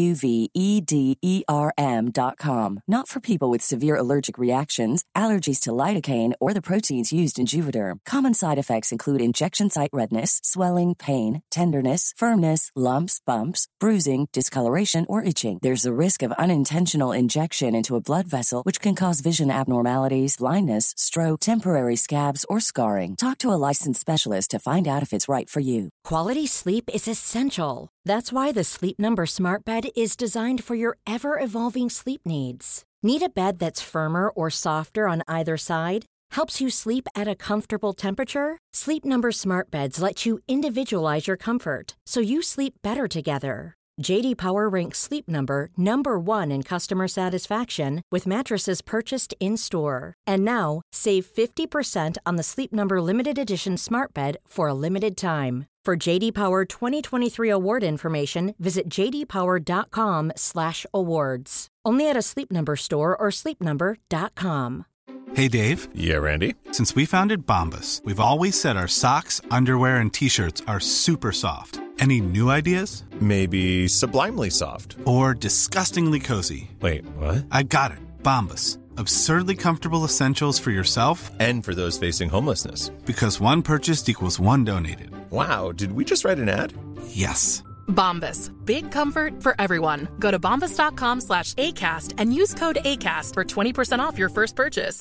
[SPEAKER 8] JUVEDERM.com. Not for people with severe allergic reactions, allergies to lidocaine, or the proteins used in Juvederm. Common side effects include injection site redness, swelling, pain, tenderness, firmness, lumps, bumps, bruising, discoloration, or itching. There's a risk of unintentional injection into a blood vessel, which can cause vision abnormalities, blindness, stroke, temporary scabs, or scarring. Talk to a licensed specialist to find out if it's right for you.
[SPEAKER 9] Quality sleep is essential. That's why the Sleep Number Smart Bed is designed for your ever-evolving sleep needs. Need a bed that's firmer or softer on either side? Helps you sleep at a comfortable temperature? Sleep Number Smart Beds let you individualize your comfort, so you sleep better together. J.D. Power ranks Sleep Number #1 in customer satisfaction with mattresses purchased in-store. And now, save 50% on the Sleep Number Limited Edition Smart Bed for a limited time. For J.D. Power 2023 award information, visit jdpower.com/awards. Only at a Sleep Number store or sleepnumber.com.
[SPEAKER 10] Hey, Dave.
[SPEAKER 11] Yeah, Randy.
[SPEAKER 10] Since we founded Bombas, we've always said our socks, underwear, and T-shirts are super soft. Any new ideas?
[SPEAKER 11] Maybe sublimely soft.
[SPEAKER 10] Or disgustingly cozy.
[SPEAKER 11] Wait, what?
[SPEAKER 10] I got it. Bombas. Absurdly comfortable essentials for yourself
[SPEAKER 11] and for those facing homelessness.
[SPEAKER 10] Because one purchased equals one donated.
[SPEAKER 11] Wow, did we just write an ad?
[SPEAKER 10] Yes.
[SPEAKER 12] Bombas. Big comfort for everyone. Go to bombas.com/ACAST and use code ACAST for 20% off your first purchase.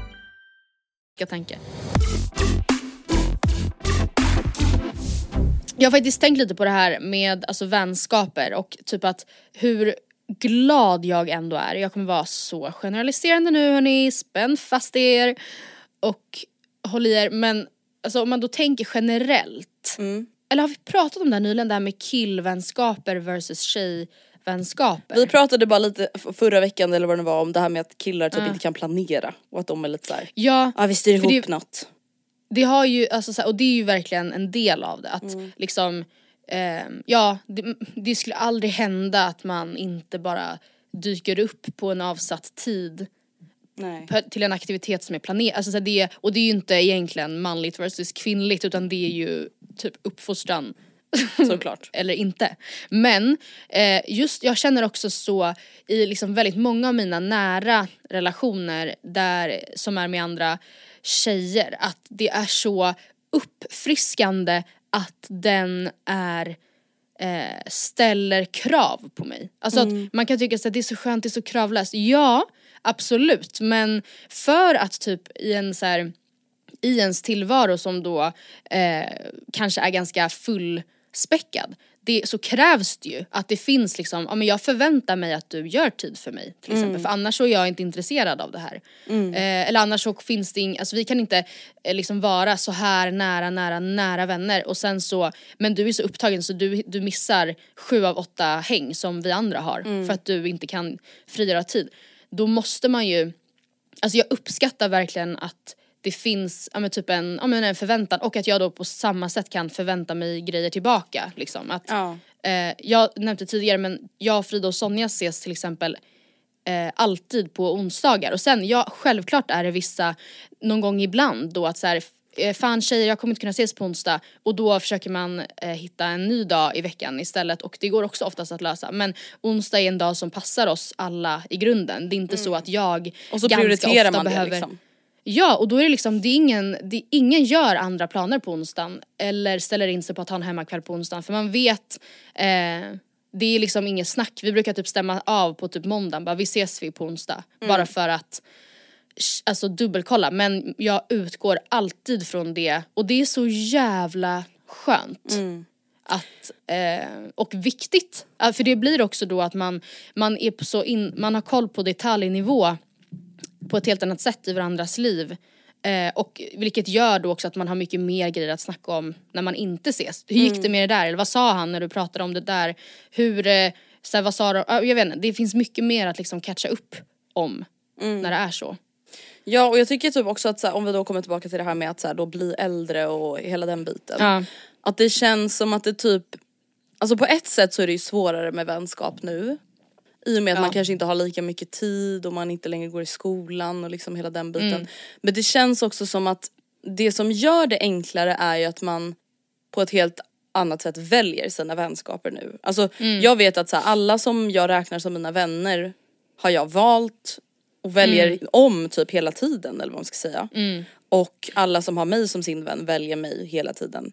[SPEAKER 7] Jag tänker. Jag har faktiskt tänkt lite på det här med alltså vänskaper och typ att hur glad jag ändå är. Jag kommer vara så generaliserande nu hörni, spänn fast er och håll i er. Men alltså, om man då tänker generellt, eller har vi pratat om det här nyligen, det här med killvänskaper versus tjejvänskaper?
[SPEAKER 6] Vi pratade bara lite förra veckan eller vad det var om det här med att killar typ inte kan planera och att de är lite såhär, ja vi styr ihop något. Det har ju, alltså, så här, och det är ju verkligen en del av det. Att liksom, det skulle aldrig hända att man inte bara dyker upp på en avsatt tid. Nej. Till en aktivitet som är planerad. Alltså, och det är ju inte egentligen manligt versus kvinnligt, utan det är ju typ uppfostran. Såklart. Eller inte. Men just jag känner också så i liksom väldigt många av mina nära relationer som är med andra tjejer, att det är så uppfriskande att den ställer krav på mig. Alltså att man kan tycka att det är så skönt, det är så kravlöst. Ja, absolut. Men för att typ i ens tillvaro som då kanske är ganska fullspäckad, så krävs det ju att det finns liksom, ja men jag förväntar mig att du gör tid för mig till exempel, för annars så är jag inte intresserad av det här. Eller annars så finns det alltså vi kan inte liksom vara så här nära vänner och sen så, men du är så upptagen så du missar 7 av 8 häng som vi andra har för att du inte kan frigöra tid. Då måste man ju, alltså jag uppskattar verkligen att det finns typ en förväntan, och att jag då på samma sätt kan förvänta mig grejer tillbaka liksom. Att, jag nämnde tidigare, men jag, Frida och Sonja ses till exempel alltid på onsdagar, och sen självklart är det vissa någon gång ibland då att så här, fan tjejer, jag kommer inte kunna ses på onsdag, och då försöker man hitta en ny dag i veckan istället, och det går också oftast att lösa, men onsdag är en dag som passar oss alla i grunden. Det är inte så att jag och så prioriterar man behöver det liksom. Ja, och då är det liksom, ingen gör andra planer på onsdagen eller ställer in sig på att ha en hemmakväll på onsdagen, för man vet det är liksom inget snack. Vi brukar typ stämma av på typ måndagen, bara vi ses på onsdag, bara för att alltså dubbelkolla, men jag utgår alltid från det, och det är så jävla skönt att och viktigt, för det blir också då att man är på man har koll på detaljnivå på ett helt annat sätt i varandras liv, och vilket gör då också att man har mycket mer grejer att snacka om när man inte ses. Hur gick det med det där, eller vad sa han när du pratade om det där, så här, vad sa du? Jag vet inte, det finns mycket mer att liksom catcha upp om när det är så. Ja, och jag tycker typ också att så här, om vi då kommer tillbaka till det här med att så här, då bli äldre och hela den biten, att det känns som att det typ, alltså på ett sätt så är det ju svårare med vänskap nu, i och med att man kanske inte har lika mycket tid och man inte längre går i skolan och liksom hela den biten. Men det känns också som att det som gör det enklare är ju att man på ett helt annat sätt väljer sina vänskaper nu. Alltså jag vet att så här, alla som jag räknar som mina vänner har jag valt och väljer om typ hela tiden, eller vad man ska säga. Och alla som har mig som sin vän väljer mig hela tiden.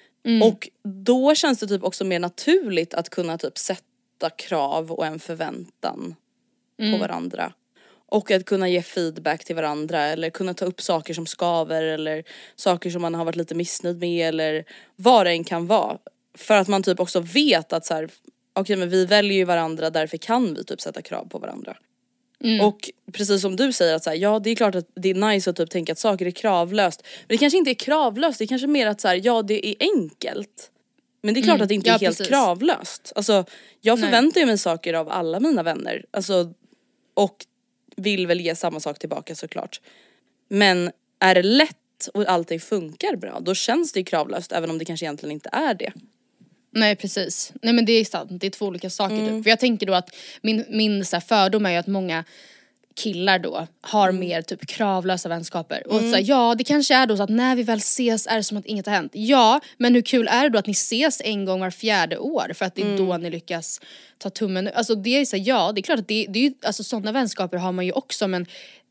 [SPEAKER 6] Och då känns det typ också mer naturligt att kunna typ sätta krav och en förväntan på varandra. Och att kunna ge feedback till varandra, eller kunna ta upp saker som skaver, eller saker som man har varit lite missnöjd med, eller vad det än kan vara. För att man typ också vet att så här, okej, men vi väljer ju varandra, därför kan vi typ sätta krav på varandra. Och precis som du säger att så här, ja det är klart att det är nice att typ tänka att saker är kravlöst, men det kanske inte är kravlöst, det är kanske mer att så här, ja det är enkelt. Men det är klart att det inte är helt kravlöst. Alltså, jag förväntar mig saker av alla mina vänner. Alltså, och vill väl ge samma sak tillbaka såklart. Men är det lätt och allting funkar bra, då känns det ju kravlöst, även om det kanske egentligen inte är det.
[SPEAKER 7] Nej, precis. Nej, men det är sant. Det är 2 olika saker typ. För jag tänker då att min så här fördom är ju att många killar då har mer typ kravlösa vänskaper. Och så här, ja, det kanske är då så att när vi väl ses är det som att inget har hänt. Ja, men hur kul är det då att ni ses en gång var 4:e år, för att det är då ni lyckas ta tummen. Alltså det är så här, ja, det är klart att det är ju, alltså sådana vänskaper har man ju också, men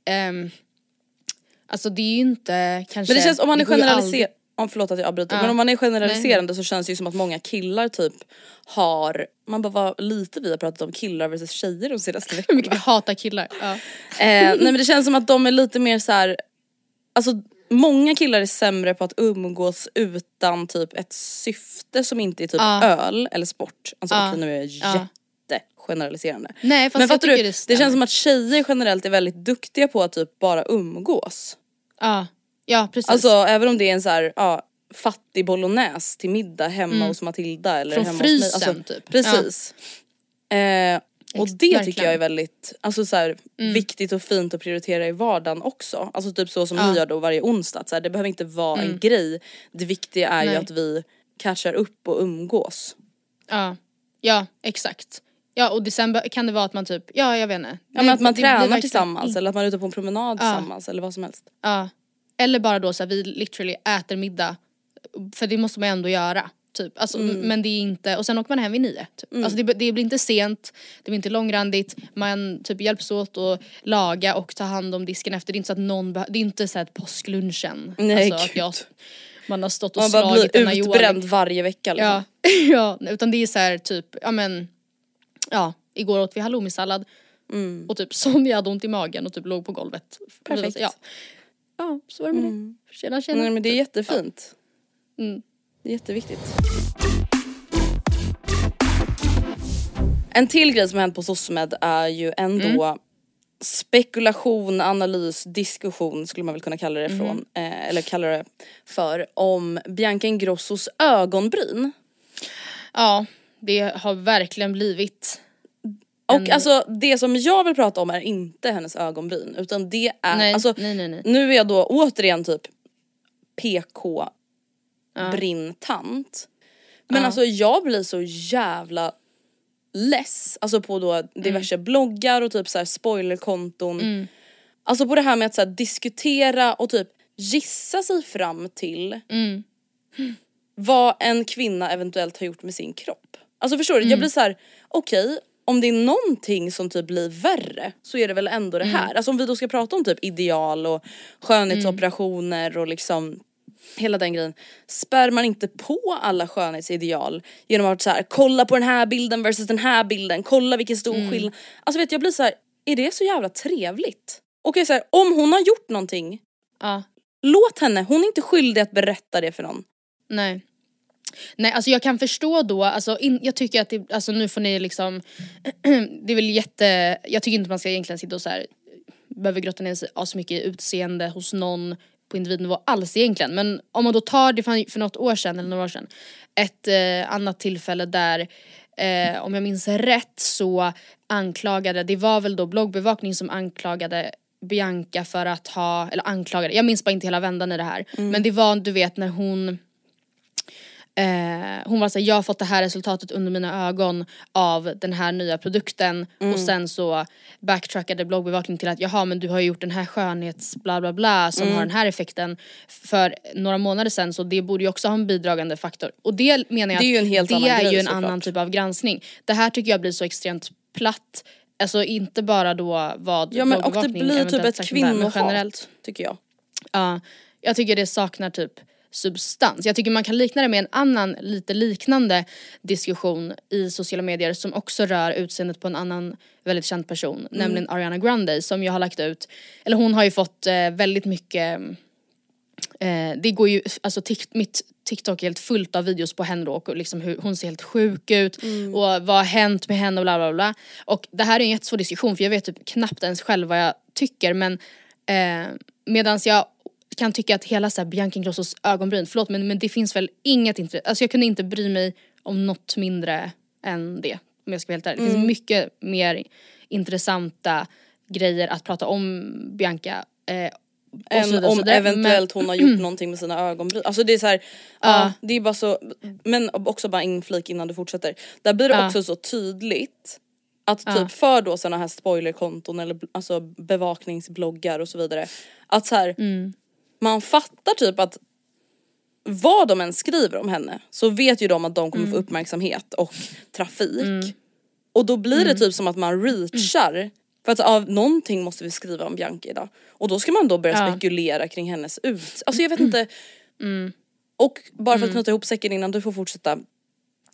[SPEAKER 7] alltså det är ju inte kanske.
[SPEAKER 6] Men det känns, om man är generaliserad, förlåt att jag avbryter, men om man är generaliserande så känns det ju som att många killar typ har, man bara var lite, vi har pratat om killar versus tjejer de senaste veckorna.
[SPEAKER 7] Hur mycket vi hatar killar.
[SPEAKER 6] Nej, men det känns som att de är lite mer så här, alltså många killar är sämre på att umgås utan typ ett syfte som inte är typ öl eller sport. Alltså okej, nu är jag jättegeneraliserande.
[SPEAKER 7] Nej, fast
[SPEAKER 6] men fattar du,
[SPEAKER 7] det
[SPEAKER 6] känns som att tjejer generellt är väldigt duktiga på att typ bara umgås.
[SPEAKER 7] Ja, precis.
[SPEAKER 6] Alltså även om det är en så här, fattig bolognese till middag hemma hos Matilda eller
[SPEAKER 7] från
[SPEAKER 6] hemma
[SPEAKER 7] frysen,
[SPEAKER 6] hos mig. Alltså,
[SPEAKER 7] typ.
[SPEAKER 6] Precis. Och det
[SPEAKER 7] verkligen.
[SPEAKER 6] tycker jag är väldigt alltså så här, viktigt och fint att prioritera i vardagen också. Alltså typ så som ni gör då varje onsdag. Så här, det behöver inte vara en grej. Det viktiga är ju att vi catchar upp och umgås.
[SPEAKER 7] Ja, exakt. Ja, och december kan det vara att man typ, jag vet inte.
[SPEAKER 6] Ja, men att man tränar tillsammans eller att man är ute på en promenad tillsammans eller vad som helst.
[SPEAKER 7] Ja, eller bara då så här, vi literally äter middag. För det måste man ändå göra. Typ. Alltså, men det är inte, och sen åker man hem vid 9 typ. Alltså det blir inte sent, det blir inte långrandigt, man typ hjälps åt att laga och ta hand om disken efter. Det är inte så att någon det är inte så att påsklunchen.
[SPEAKER 6] Nej,
[SPEAKER 7] alltså, att man har stått och
[SPEAKER 6] man
[SPEAKER 7] slagit
[SPEAKER 6] bara blir utbränd varje vecka liksom.
[SPEAKER 7] Ja, utan det är så här typ, igår åt vi halloumi-sallad och typ Sonja hade ont i magen och typ låg på golvet.
[SPEAKER 6] Perfekt.
[SPEAKER 7] Ja, så var det med det. Tjena.
[SPEAKER 6] Nej, men det är jättefint. Det är jätteviktigt. En till grej som har hänt på SOSMED är ju ändå spekulation, analys, diskussion skulle man väl kunna kalla det från, eller kalla det för, om Bianca Ingrossos ögonbryn. Ja, det har verkligen blivit. Och alltså det som jag vill prata om är inte hennes ögonbryn, utan det är nej. Nu är jag då återigen typ PK brinntant. Men alltså jag blir så jävla less, alltså på då diverse bloggar och typ så här spoilerkonton. Alltså på det här med att så här diskutera och typ gissa sig fram till vad en kvinna eventuellt har gjort med sin kropp. Alltså förstår du, jag blir så här: okej, om det är någonting som typ blir värre så är det väl ändå det här. Alltså om vi då ska prata om typ ideal och skönhetsoperationer och liksom hela den grejen. Spär man inte på alla skönhetsideal genom att så här, kolla på den här bilden versus den här bilden, kolla vilken stor skillnad. Alltså vet jag blir så här, är det så jävla trevligt? Okej, så här, om hon har gjort någonting, låt henne, hon är inte skyldig att berätta det för någon. Nej, alltså jag kan förstå då, alltså jag tycker att det, alltså nu får ni liksom det är väl jag tycker inte man ska egentligen sitta och så här behöver grotta ner sig så mycket utseende hos någon på individnivå alls egentligen. Men om man då tar det för något år sedan eller några år sedan, ett annat tillfälle där om jag minns rätt så det var väl då bloggbevakning som anklagade Bianca för att ha, eller anklagade, jag minns bara inte hela vändan i det här, men det var, du vet, när hon var såhär, jag har fått det här resultatet under mina ögon av den här nya produkten, och sen så backtrackade bloggbevakning till att jaha, men du har ju gjort den här skönhets bla bla bla som har den här effekten för några månader sedan, så det borde ju också ha en bidragande faktor. Och det menar jag, det är ju en helt annan grej, ju en annan typ av granskning. Det här tycker jag blir så extremt platt. Alltså inte bara då vad men och det blir typ ett kvinnohat generellt, tycker jag.
[SPEAKER 7] Ja, jag tycker det saknar typ substans. Jag tycker man kan likna det med en annan lite liknande diskussion i sociala medier som också rör utseendet på en annan väldigt känd person, nämligen Ariana Grande, som jag har lagt ut, eller hon har ju fått väldigt mycket det går ju, alltså mitt TikTok är helt fullt av videos på henne då, och liksom hur hon ser helt sjuk ut och vad har hänt med henne och bla bla bla. Och det här är en jättesvår diskussion, för jag vet typ knappt ens själv vad jag tycker, men medans jag kan tycka att hela så här Bianca Ingrossos ögonbryn, förlåt men det finns väl inget intresse, alltså jag kunde inte bry mig om något mindre än det, om jag ska vara helt ärlig. Det finns mycket mer intressanta grejer att prata om Bianca
[SPEAKER 6] än om eventuellt hon har gjort någonting med sina ögonbryn. Alltså det är så här, det är bara så, men också bara inflik innan du fortsätter. Där blir det också så tydligt att typ för då såna här spoilerkonton eller alltså bevakningsbloggar och så vidare, att så här man fattar typ att vad de än skriver om henne så vet ju de att de kommer få uppmärksamhet och trafik. Och då blir det typ som att man reachar för att av någonting måste vi skriva om Bianca idag. Och då ska man då börja spekulera kring hennes alltså jag vet inte. Och bara för att knyta ihop säcken innan du får fortsätta.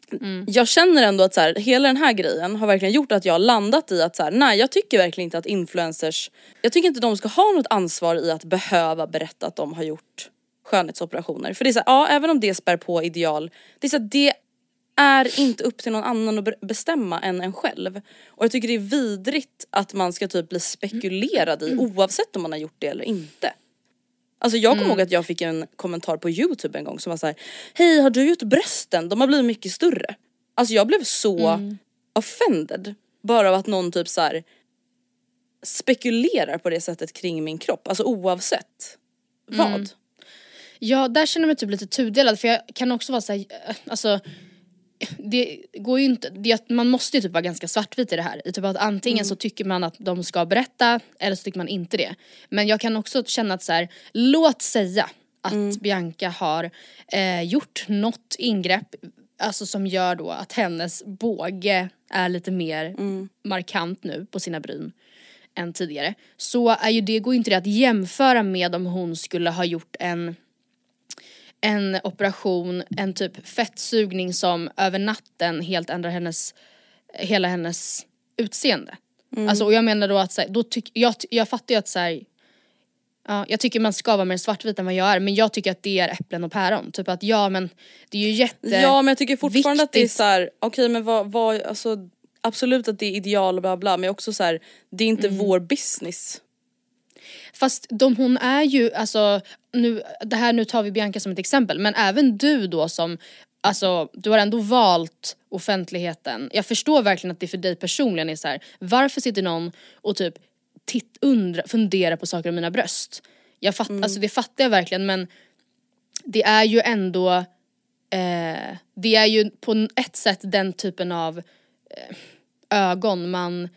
[SPEAKER 6] jag känner ändå att så här, hela den här grejen har verkligen gjort att jag har landat i att så här, nej, jag tycker verkligen inte att influencers, jag tycker inte de ska ha något ansvar i att behöva berätta att de har gjort skönhetsoperationer. För det är så här, ja, även om det spär på ideal, det är så här, det är inte upp till någon annan att bestämma än en själv. Och jag tycker det är vidrigt att man ska typ bli spekulerad i oavsett om man har gjort det eller inte. Alltså jag kommer ihåg att jag fick en kommentar på YouTube en gång som var så här: hej, har du gjort brösten? De har blivit mycket större. Alltså jag blev så offended bara av att någon typ så här spekulerar på det sättet kring min kropp. Alltså oavsett vad.
[SPEAKER 7] Ja, där känner jag mig typ lite tudelad, för jag kan också vara så här, alltså det går ju inte, man måste ju typ vara ganska svartvit i det här. I typ att antingen så tycker man att de ska berätta, eller så tycker man inte det. Men jag kan också känna att så här, låt säga att Bianca har gjort något ingrepp, alltså som gör då att hennes båge är lite mer markant nu på sina bryn än tidigare. Så är ju det, går ju inte det att jämföra med om hon skulle ha gjort en operation, en typ fettsugning som över natten helt ändrar hela hennes utseende. Alltså, och jag menar då att så här, då jag fattar ju att så här, ja, jag tycker man ska vara mer svartvit än vad jag är, men jag tycker att det är äpplen och päron. Typ att ja, men det är ju
[SPEAKER 6] ja, men jag tycker fortfarande att det är så här, okej, men vad alltså absolut att det är ideal och bla bla, men också så här, det är inte vår business.
[SPEAKER 7] Fast hon är ju, alltså nu tar vi Bianca som ett exempel, men även du då som, alltså du har ändå valt offentligheten. Jag förstår verkligen att det för dig personligen är så här: varför sitter någon och typ funderar på saker om mina bröst? Alltså det fattar jag verkligen, men det är ju ändå det är ju på ett sätt den typen av ögon man,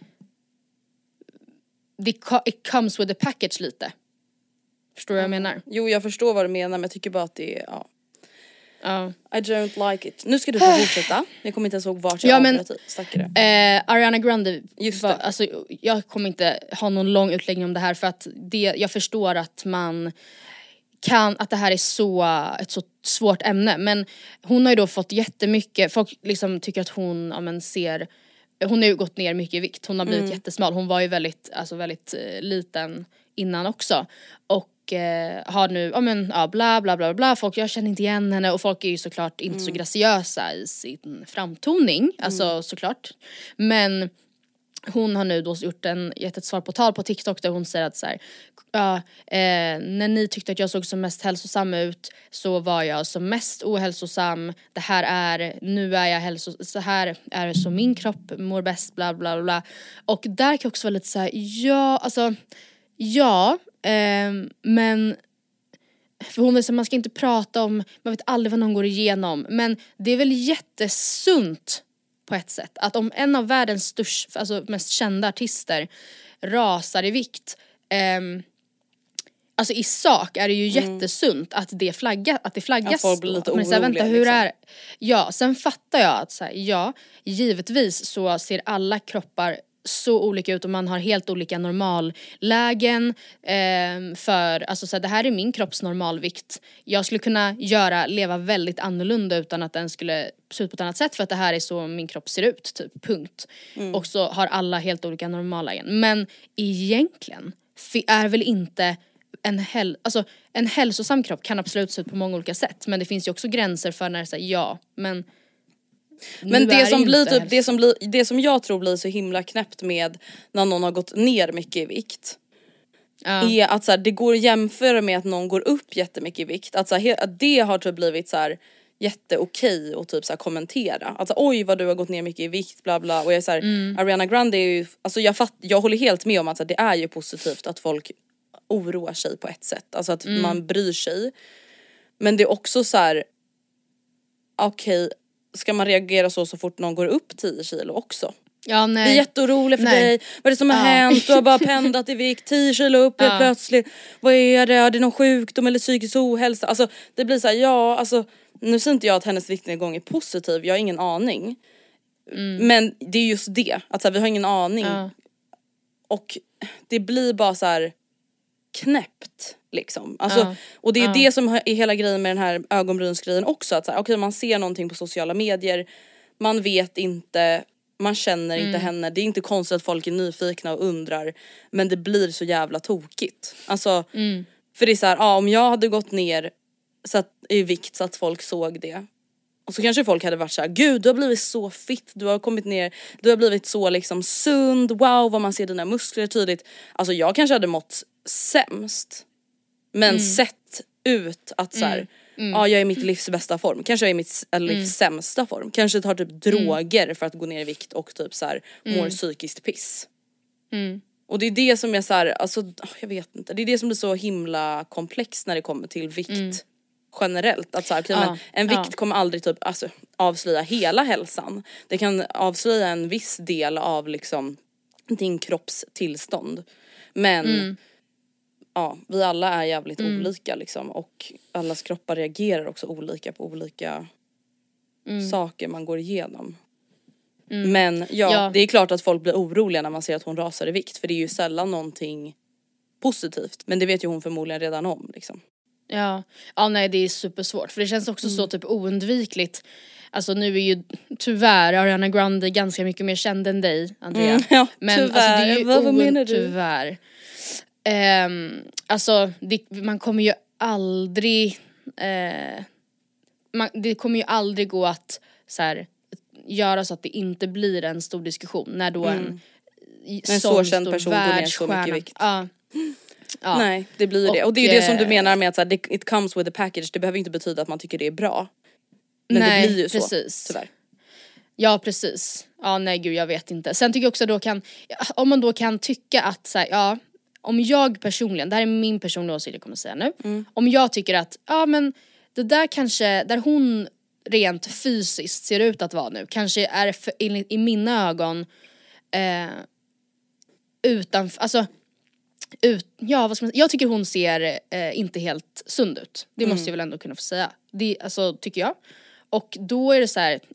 [SPEAKER 7] it comes with a package lite. Förstår du vad jag menar?
[SPEAKER 6] Jo, jag förstår vad du menar, men jag tycker bara att det är, I don't like it. Nu ska du få fortsätta. Jag kommer inte ens ihåg vart jag avbröt.
[SPEAKER 7] Ariana Grande, alltså, jag kommer inte ha någon lång utläggning om det här, för att jag förstår att man kan, att det här är ett så svårt ämne, men hon har ju då fått jättemycket, folk liksom tycker att hon hon har ju gått ner mycket i vikt. Hon har blivit jättesmal. Hon var ju väldigt liten innan också. Och har nu, bla bla bla bla. Folk, jag känner inte igen henne. Och folk är ju såklart inte så graciösa i sin framtoning. Alltså såklart. Men hon har nu då gett ett svar på tal på TikTok där hon säger att så här, när ni tyckte att jag såg som mest hälsosam ut så var jag som mest ohälsosam. Nu är jag så här är det så min kropp mår bäst, bla bla bla. Och där kan också vara lite så här, men för hon är så, man ska inte prata om, man vet aldrig vad någon går igenom, men det är väl jättesunt på ett sätt att om en av världens mest kända artister rasar i vikt, alltså i sak är det ju jättesunt att det flaggas. Att folk blir lite oroliga. Vänta, hur liksom. Ja, sen fattar jag att så här, givetvis så ser alla kroppar så olika ut och man har helt olika normallägen för, alltså så här, det här är min kropps normalvikt. Jag skulle kunna leva väldigt annorlunda utan att den skulle se ut på ett annat sätt, för att det här är så min kropp ser ut, typ, punkt. Och så har alla helt olika normallägen. Men egentligen är väl inte en hälsosam kropp kan absolut se ut på många olika sätt, men det finns ju också gränser för när det säger men det som jag tror blir så himla knäppt med när någon har gått ner mycket i vikt är att så här, det går att jämföra med att någon går upp jättemycket i vikt, att, så här, att det har typ blivit så här jätteokej och typ så här kommentera, alltså oj vad du har gått ner mycket i vikt, bla bla. Och jag är så här, Ariana Grande är ju, alltså jag håller helt med om att så här, det är ju positivt att folk oroar sig på ett sätt, alltså att man bryr sig, men det är också så här, okej, ska man reagera så fort någon går upp 10 kilo också? Ja, nej.
[SPEAKER 6] Vi är jätteoroliga för dig. Vad är det som har hänt? Du har bara pendat i vikt 10 kilo upp helt plötsligt. Vad är det? Är det någon sjukdom eller psykisk ohälsa? Alltså det blir så här, alltså nu ser inte jag att hennes viktnedgång är positiv. Jag har ingen aning. Men det är just det. Att så här, vi har ingen aning. Och det blir bara så här knäppt liksom. Alltså, och det är det som är hela grejen med den här ögonbrynsgrejen också, att så här, okej, man ser någonting på sociala medier, man vet inte, man känner inte henne. Det är inte konstigt att folk är nyfikna och undrar, men det blir så jävla tokigt. Alltså, för det är så här, om jag hade gått ner så att, i vikt så att folk såg det, och så kanske folk hade varit så här: gud, du har blivit så fit, du har kommit ner, du har blivit så liksom sund, wow vad man ser dina muskler tydligt. Alltså jag kanske hade mått sämst, men sett ut att så här, jag är i mitt livs bästa form, kanske jag är i mitt livs sämsta form, kanske tar typ droger för att gå ner i vikt och typ så här mår psykiskt piss. Och det är det som är så här, alltså jag vet inte, det är det som blir så himla komplext när det kommer till vikt generellt, att så här, men en vikt kommer aldrig typ avslöja hela hälsan. Det kan avslöja en viss del av liksom din kroppstillstånd, men vi alla är jävligt olika liksom, och allas kroppar reagerar också olika på olika saker man går igenom. Men det är klart att folk blir oroliga när man ser att hon rasar i vikt, för det är ju sällan någonting positivt, men det vet ju hon förmodligen redan om liksom.
[SPEAKER 7] Ja, nej, det är supersvårt, för det känns också så typ oundvikligt. Alltså nu är ju tyvärr Ariana Grande ganska mycket mer känd än dig, Andrea. Men
[SPEAKER 6] tyvärr.
[SPEAKER 7] Alltså, det är ju
[SPEAKER 6] vad menar du?
[SPEAKER 7] Tyvärr. Alltså man kommer ju aldrig det kommer ju aldrig gå att så här, göra så att det inte blir en stor diskussion när då en
[SPEAKER 6] så känd person går ner så mycket vikt. Nej, det blir ju det. Och det är ju det som du menar med att så här, it comes with a package. Det behöver inte betyda att man tycker det är bra. Men nej, det blir ju precis. Så, tyvärr.
[SPEAKER 7] Ja, precis. Ja, nej gud, jag vet inte. Sen tycker jag också om man då kan tycka att så här, om jag personligen, det här är min personliga åsikt jag kommer säga nu. Om jag tycker att, men det där kanske, där hon rent fysiskt ser ut att vara nu, kanske är i mina ögon utanför, vad ska man säga? Jag tycker hon ser inte helt sund ut. Det måste jag väl ändå kunna få säga. Det, alltså, tycker jag. Och då är det så här,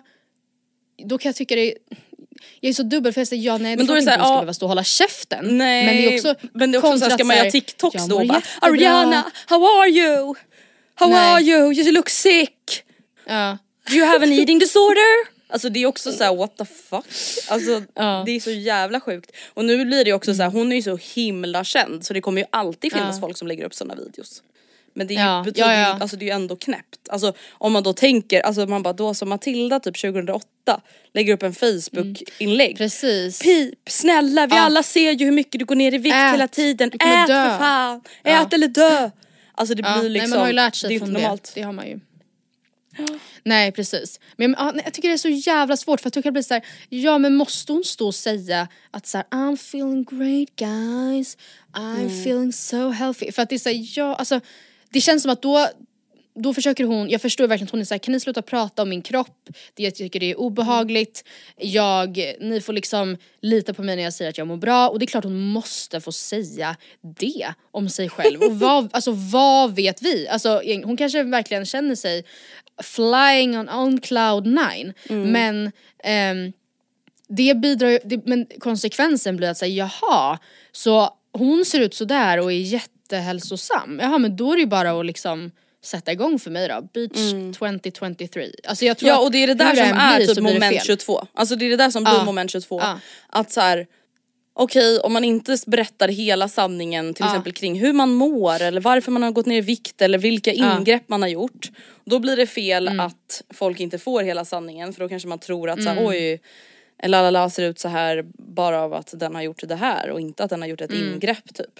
[SPEAKER 7] då kan jag tycka det. Jag är så dubbel för jag säger nej, men då är det så här, hon ska behöva stå och hålla käften.
[SPEAKER 6] Nej,
[SPEAKER 7] men det är också
[SPEAKER 6] så ska man göra TikToks då bara, Ariana, how are you? How are you? You look sick. Do you have an eating disorder? Alltså det är också så här, what the fuck? Alltså det är så jävla sjukt. Och nu blir det också så här, hon är ju så himla känd, så det kommer ju alltid finnas folk som lägger upp såna videos. Men det är ju, alltså det är ju ändå knäppt. Alltså om man då tänker, alltså man bara då som Matilda typ 2008 lägger upp en Facebook-inlägg.
[SPEAKER 7] Precis.
[SPEAKER 6] Pip, snälla, vi alla ser ju hur mycket du går ner i vikt hela tiden. Ät för fan, ät eller dö. Alltså det blir liksom,
[SPEAKER 7] nej, man har ju lärt sig
[SPEAKER 6] det är
[SPEAKER 7] från
[SPEAKER 6] inte normalt.
[SPEAKER 7] Det har man ju. Nej, precis. Men jag tycker det är så jävla svårt, för att jag kan bli så här, men måste hon stå och säga att så här, I'm feeling great guys, I'm feeling so healthy, för att det är så här, alltså det känns som att då försöker hon, jag förstår verkligen att hon är så här, kan ni sluta prata om min kropp, jag tycker det är obehagligt, ni får liksom lita på mig när jag säger att jag mår bra. Och det är klart hon måste få säga det om sig själv. Och vad vet vi? Alltså hon kanske verkligen känner sig flying on cloud 9. Men det bidrar men konsekvensen blir att säga, jaha, så hon ser ut så där och är jättehälsosam. Jaha, men då är det ju bara att liksom sätta igång för mig då. Beach 2023. Alltså jag tror
[SPEAKER 6] och det är det där som är typ moment 22. Alltså det är det där som blir moment 22. Att så här, okej, om man inte berättar hela sanningen till exempel kring hur man mår eller varför man har gått ner i vikt eller vilka ingrepp man har gjort, då blir det fel att folk inte får hela sanningen, för då kanske man tror att så här, oj, eller ser ut så här bara av att den har gjort det här och inte att den har gjort ett ingrepp typ.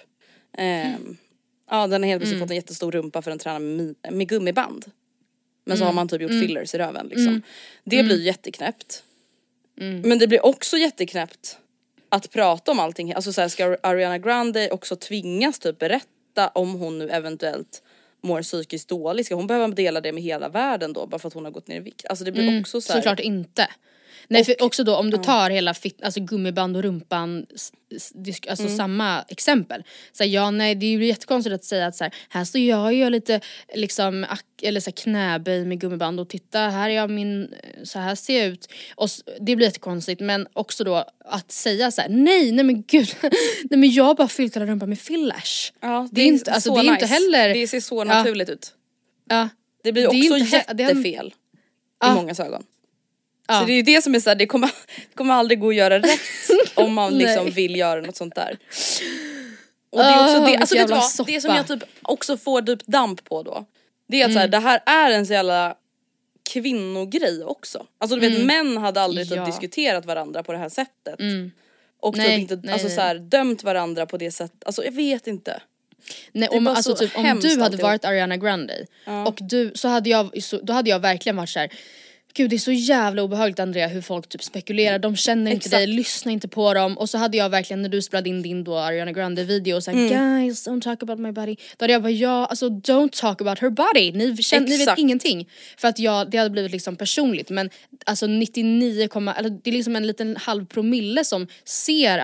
[SPEAKER 6] Den har helt plötsligt fått en jättestor rumpa för den tränar med gummiband. Men så har man typ gjort fillers i röven liksom. Det blir jätteknäppt. Men det blir också jätteknäppt att prata om allting. Alltså så här, ska Ariana Grande också tvingas typ berätta om hon nu eventuellt mår psykiskt dåligt? Ska hon behöva dela det med hela världen då, bara för att hon har gått ner i vikt? Alltså det blir också så här.
[SPEAKER 7] Såklart inte. Nej, för också då om du tar hela alltså gummiband och rumpan, alltså samma exempel. Så här, det är ju jättekonstigt att säga att så här står jag och gör lite liksom eller så här knäböj med gummiband och titta, här är jag så här ser jag ut. Och det blir jättekonstigt, men också då att säga så här, nej men gud, nej men jag har bara fyllt hela rumpan med fillers.
[SPEAKER 6] Ja,
[SPEAKER 7] det är inte, alltså det är inte heller.
[SPEAKER 6] Det ser så naturligt ut. Ja. Det blir också jättefel i mångas ögon. Så det är det som är så här, det kommer aldrig gå att göra rätt om man liksom vill göra något sånt där. Och det är också det, alltså vet du vad, det som jag typ också får typ damp på då. Det är att så här, det här är en så jävla kvinnogrej också. Alltså du vet, män hade aldrig typ diskuterat varandra på det här sättet. Och typ inte alltså så här, dömt varandra på det sättet. Alltså jag vet inte.
[SPEAKER 7] Nej, alltså, typ, om du hade varit Ariana Grande och så hade jag verkligen varit så här: gud, det är så jävla obehagligt, Andrea, hur folk typ spekulerar. De känner inte dig, lyssna inte på dem. Och så hade jag verkligen, när du spelade in din då Ariana Grande video och så guys, don't talk about my body. Då hade jag bara, alltså don't talk about her body. Ni vet ingenting. För att det hade blivit liksom personligt. Men alltså 99, eller det är liksom en liten halv promille som ser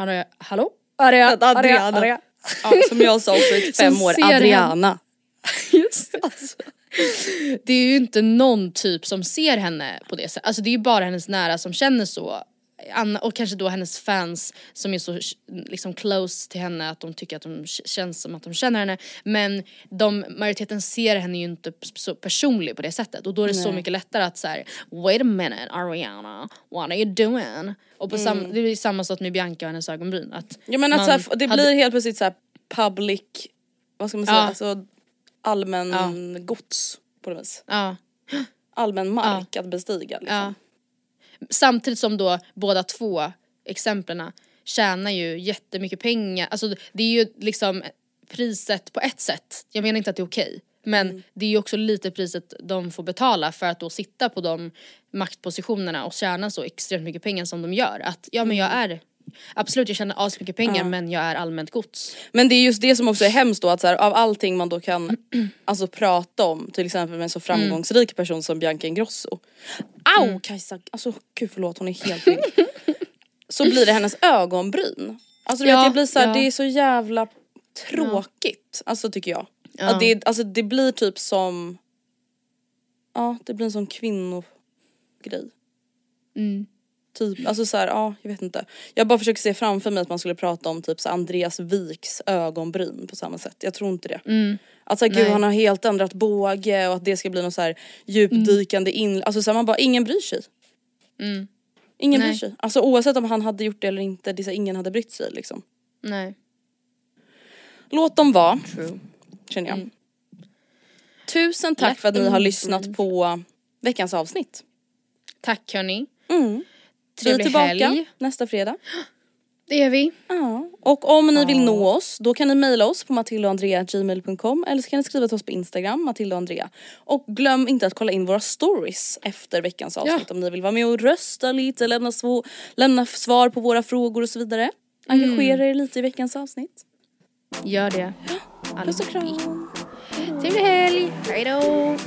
[SPEAKER 7] Ariana.
[SPEAKER 6] Ja, som jag sa också i 5 år, Adriana.
[SPEAKER 7] Just det. Alltså. Det är ju inte någon typ som ser henne på det sättet. Alltså det är ju bara hennes nära som känner så. Och kanske då hennes fans som är så liksom close till henne att de tycker att de känns som att de känner henne. Men majoriteten ser henne ju inte så personlig på det sättet. Och då är det så mycket lättare att så här: wait a minute, Ariana, what are you doing? Och på det är samma sak med Bianca och hennes ögonbryn.
[SPEAKER 6] Ja, men att så här, det blir helt plötsligt så här public, vad ska man säga, alltså allmän gods på det vis. Allmän mark att bestiga liksom.
[SPEAKER 7] Samtidigt som då båda två exemplen tjänar ju jättemycket pengar. Alltså det är ju liksom priset på ett sätt. Jag menar inte att det är okej. Men det är ju också lite priset de får betala för att då sitta på de maktpositionerna och tjäna så extremt mycket pengar som de gör. Att men jag är... Absolut, jag tjänar asmycket pengar men jag är allmänt gods.
[SPEAKER 6] Men det är just det som också är hemskt då, att så här, av allting man då kan alltså prata om, till exempel med en så framgångsrik person som Bianca Ingrosso. Kajsa, alltså gud förlåt, hon är helt vild. Så blir det hennes ögonbryn. Alltså du vet, jag blir så här, det är så jävla tråkigt, alltså tycker jag. Att det blir typ som det blir en sån kvinnogrej. Typ, alltså så här, jag vet inte. Jag bara försöker se framför mig att man skulle prata om typ så Andreas Wiks ögonbryn på samma sätt. Jag tror inte det. Alltså gud, han har helt ändrat båge och att det ska bli något så här djupdykande alltså så här, man bara, ingen bryr sig. Ingen bryr sig. Alltså oavsett om han hade gjort det eller inte, det är så här, ingen hade brytt sig liksom.
[SPEAKER 7] Nej.
[SPEAKER 6] Låt dem vara. True. Känner jag. Tusen tack för att ni har lyssnat på veckans avsnitt.
[SPEAKER 7] Tack hörni.
[SPEAKER 6] Vi är tillbaka nästa fredag.
[SPEAKER 7] Det är vi.
[SPEAKER 6] Ja. Och om ni vill nå oss, då kan ni mejla oss på matildaandrea@gmail.com eller så kan ni skriva till oss på Instagram, Matilda och Andrea. Och glöm inte att kolla in våra stories efter veckans avsnitt om ni vill vara med och rösta lite, lämna svar på våra frågor och så vidare. Engagera er lite i veckans avsnitt.
[SPEAKER 7] Gör det.
[SPEAKER 6] Puss och kram.
[SPEAKER 7] Trevlig helg. Hej då.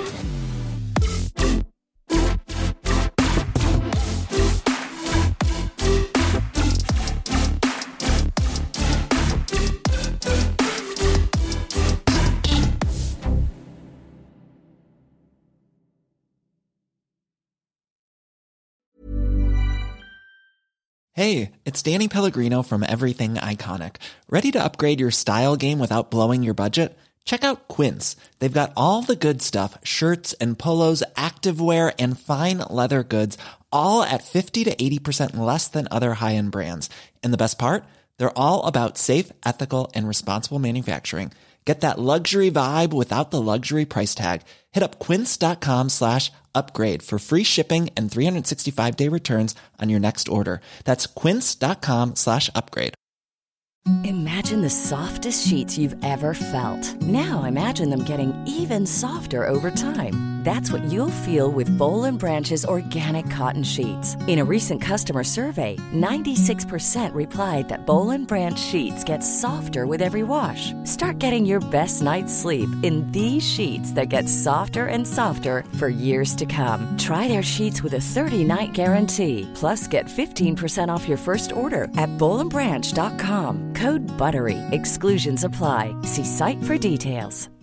[SPEAKER 13] Hey, it's Danny Pellegrino from Everything Iconic. Ready to upgrade your style game without blowing your budget? Check out Quince. They've got all the good stuff, shirts and polos, activewear and fine leather goods, all at 50 to 80% less than other high-end brands. And the best part? They're all about safe, ethical and responsible manufacturing. Get that luxury vibe without the luxury price tag. Hit up quince.com/upgrade for free shipping and 365-day returns on your next order. That's quince.com/upgrade.
[SPEAKER 8] Imagine the softest sheets you've ever felt. Now imagine them getting even softer over time. That's what you'll feel with Boll & Branch's organic cotton sheets. In a recent customer survey, 96% replied that Boll & Branch sheets get softer with every wash. Start getting your best night's sleep in these sheets that get softer and softer for years to come. Try their sheets with a 30-night guarantee. Plus, get 15% off your first order at bollandbranch.com. Code BUTTERY. Exclusions apply. See site for details.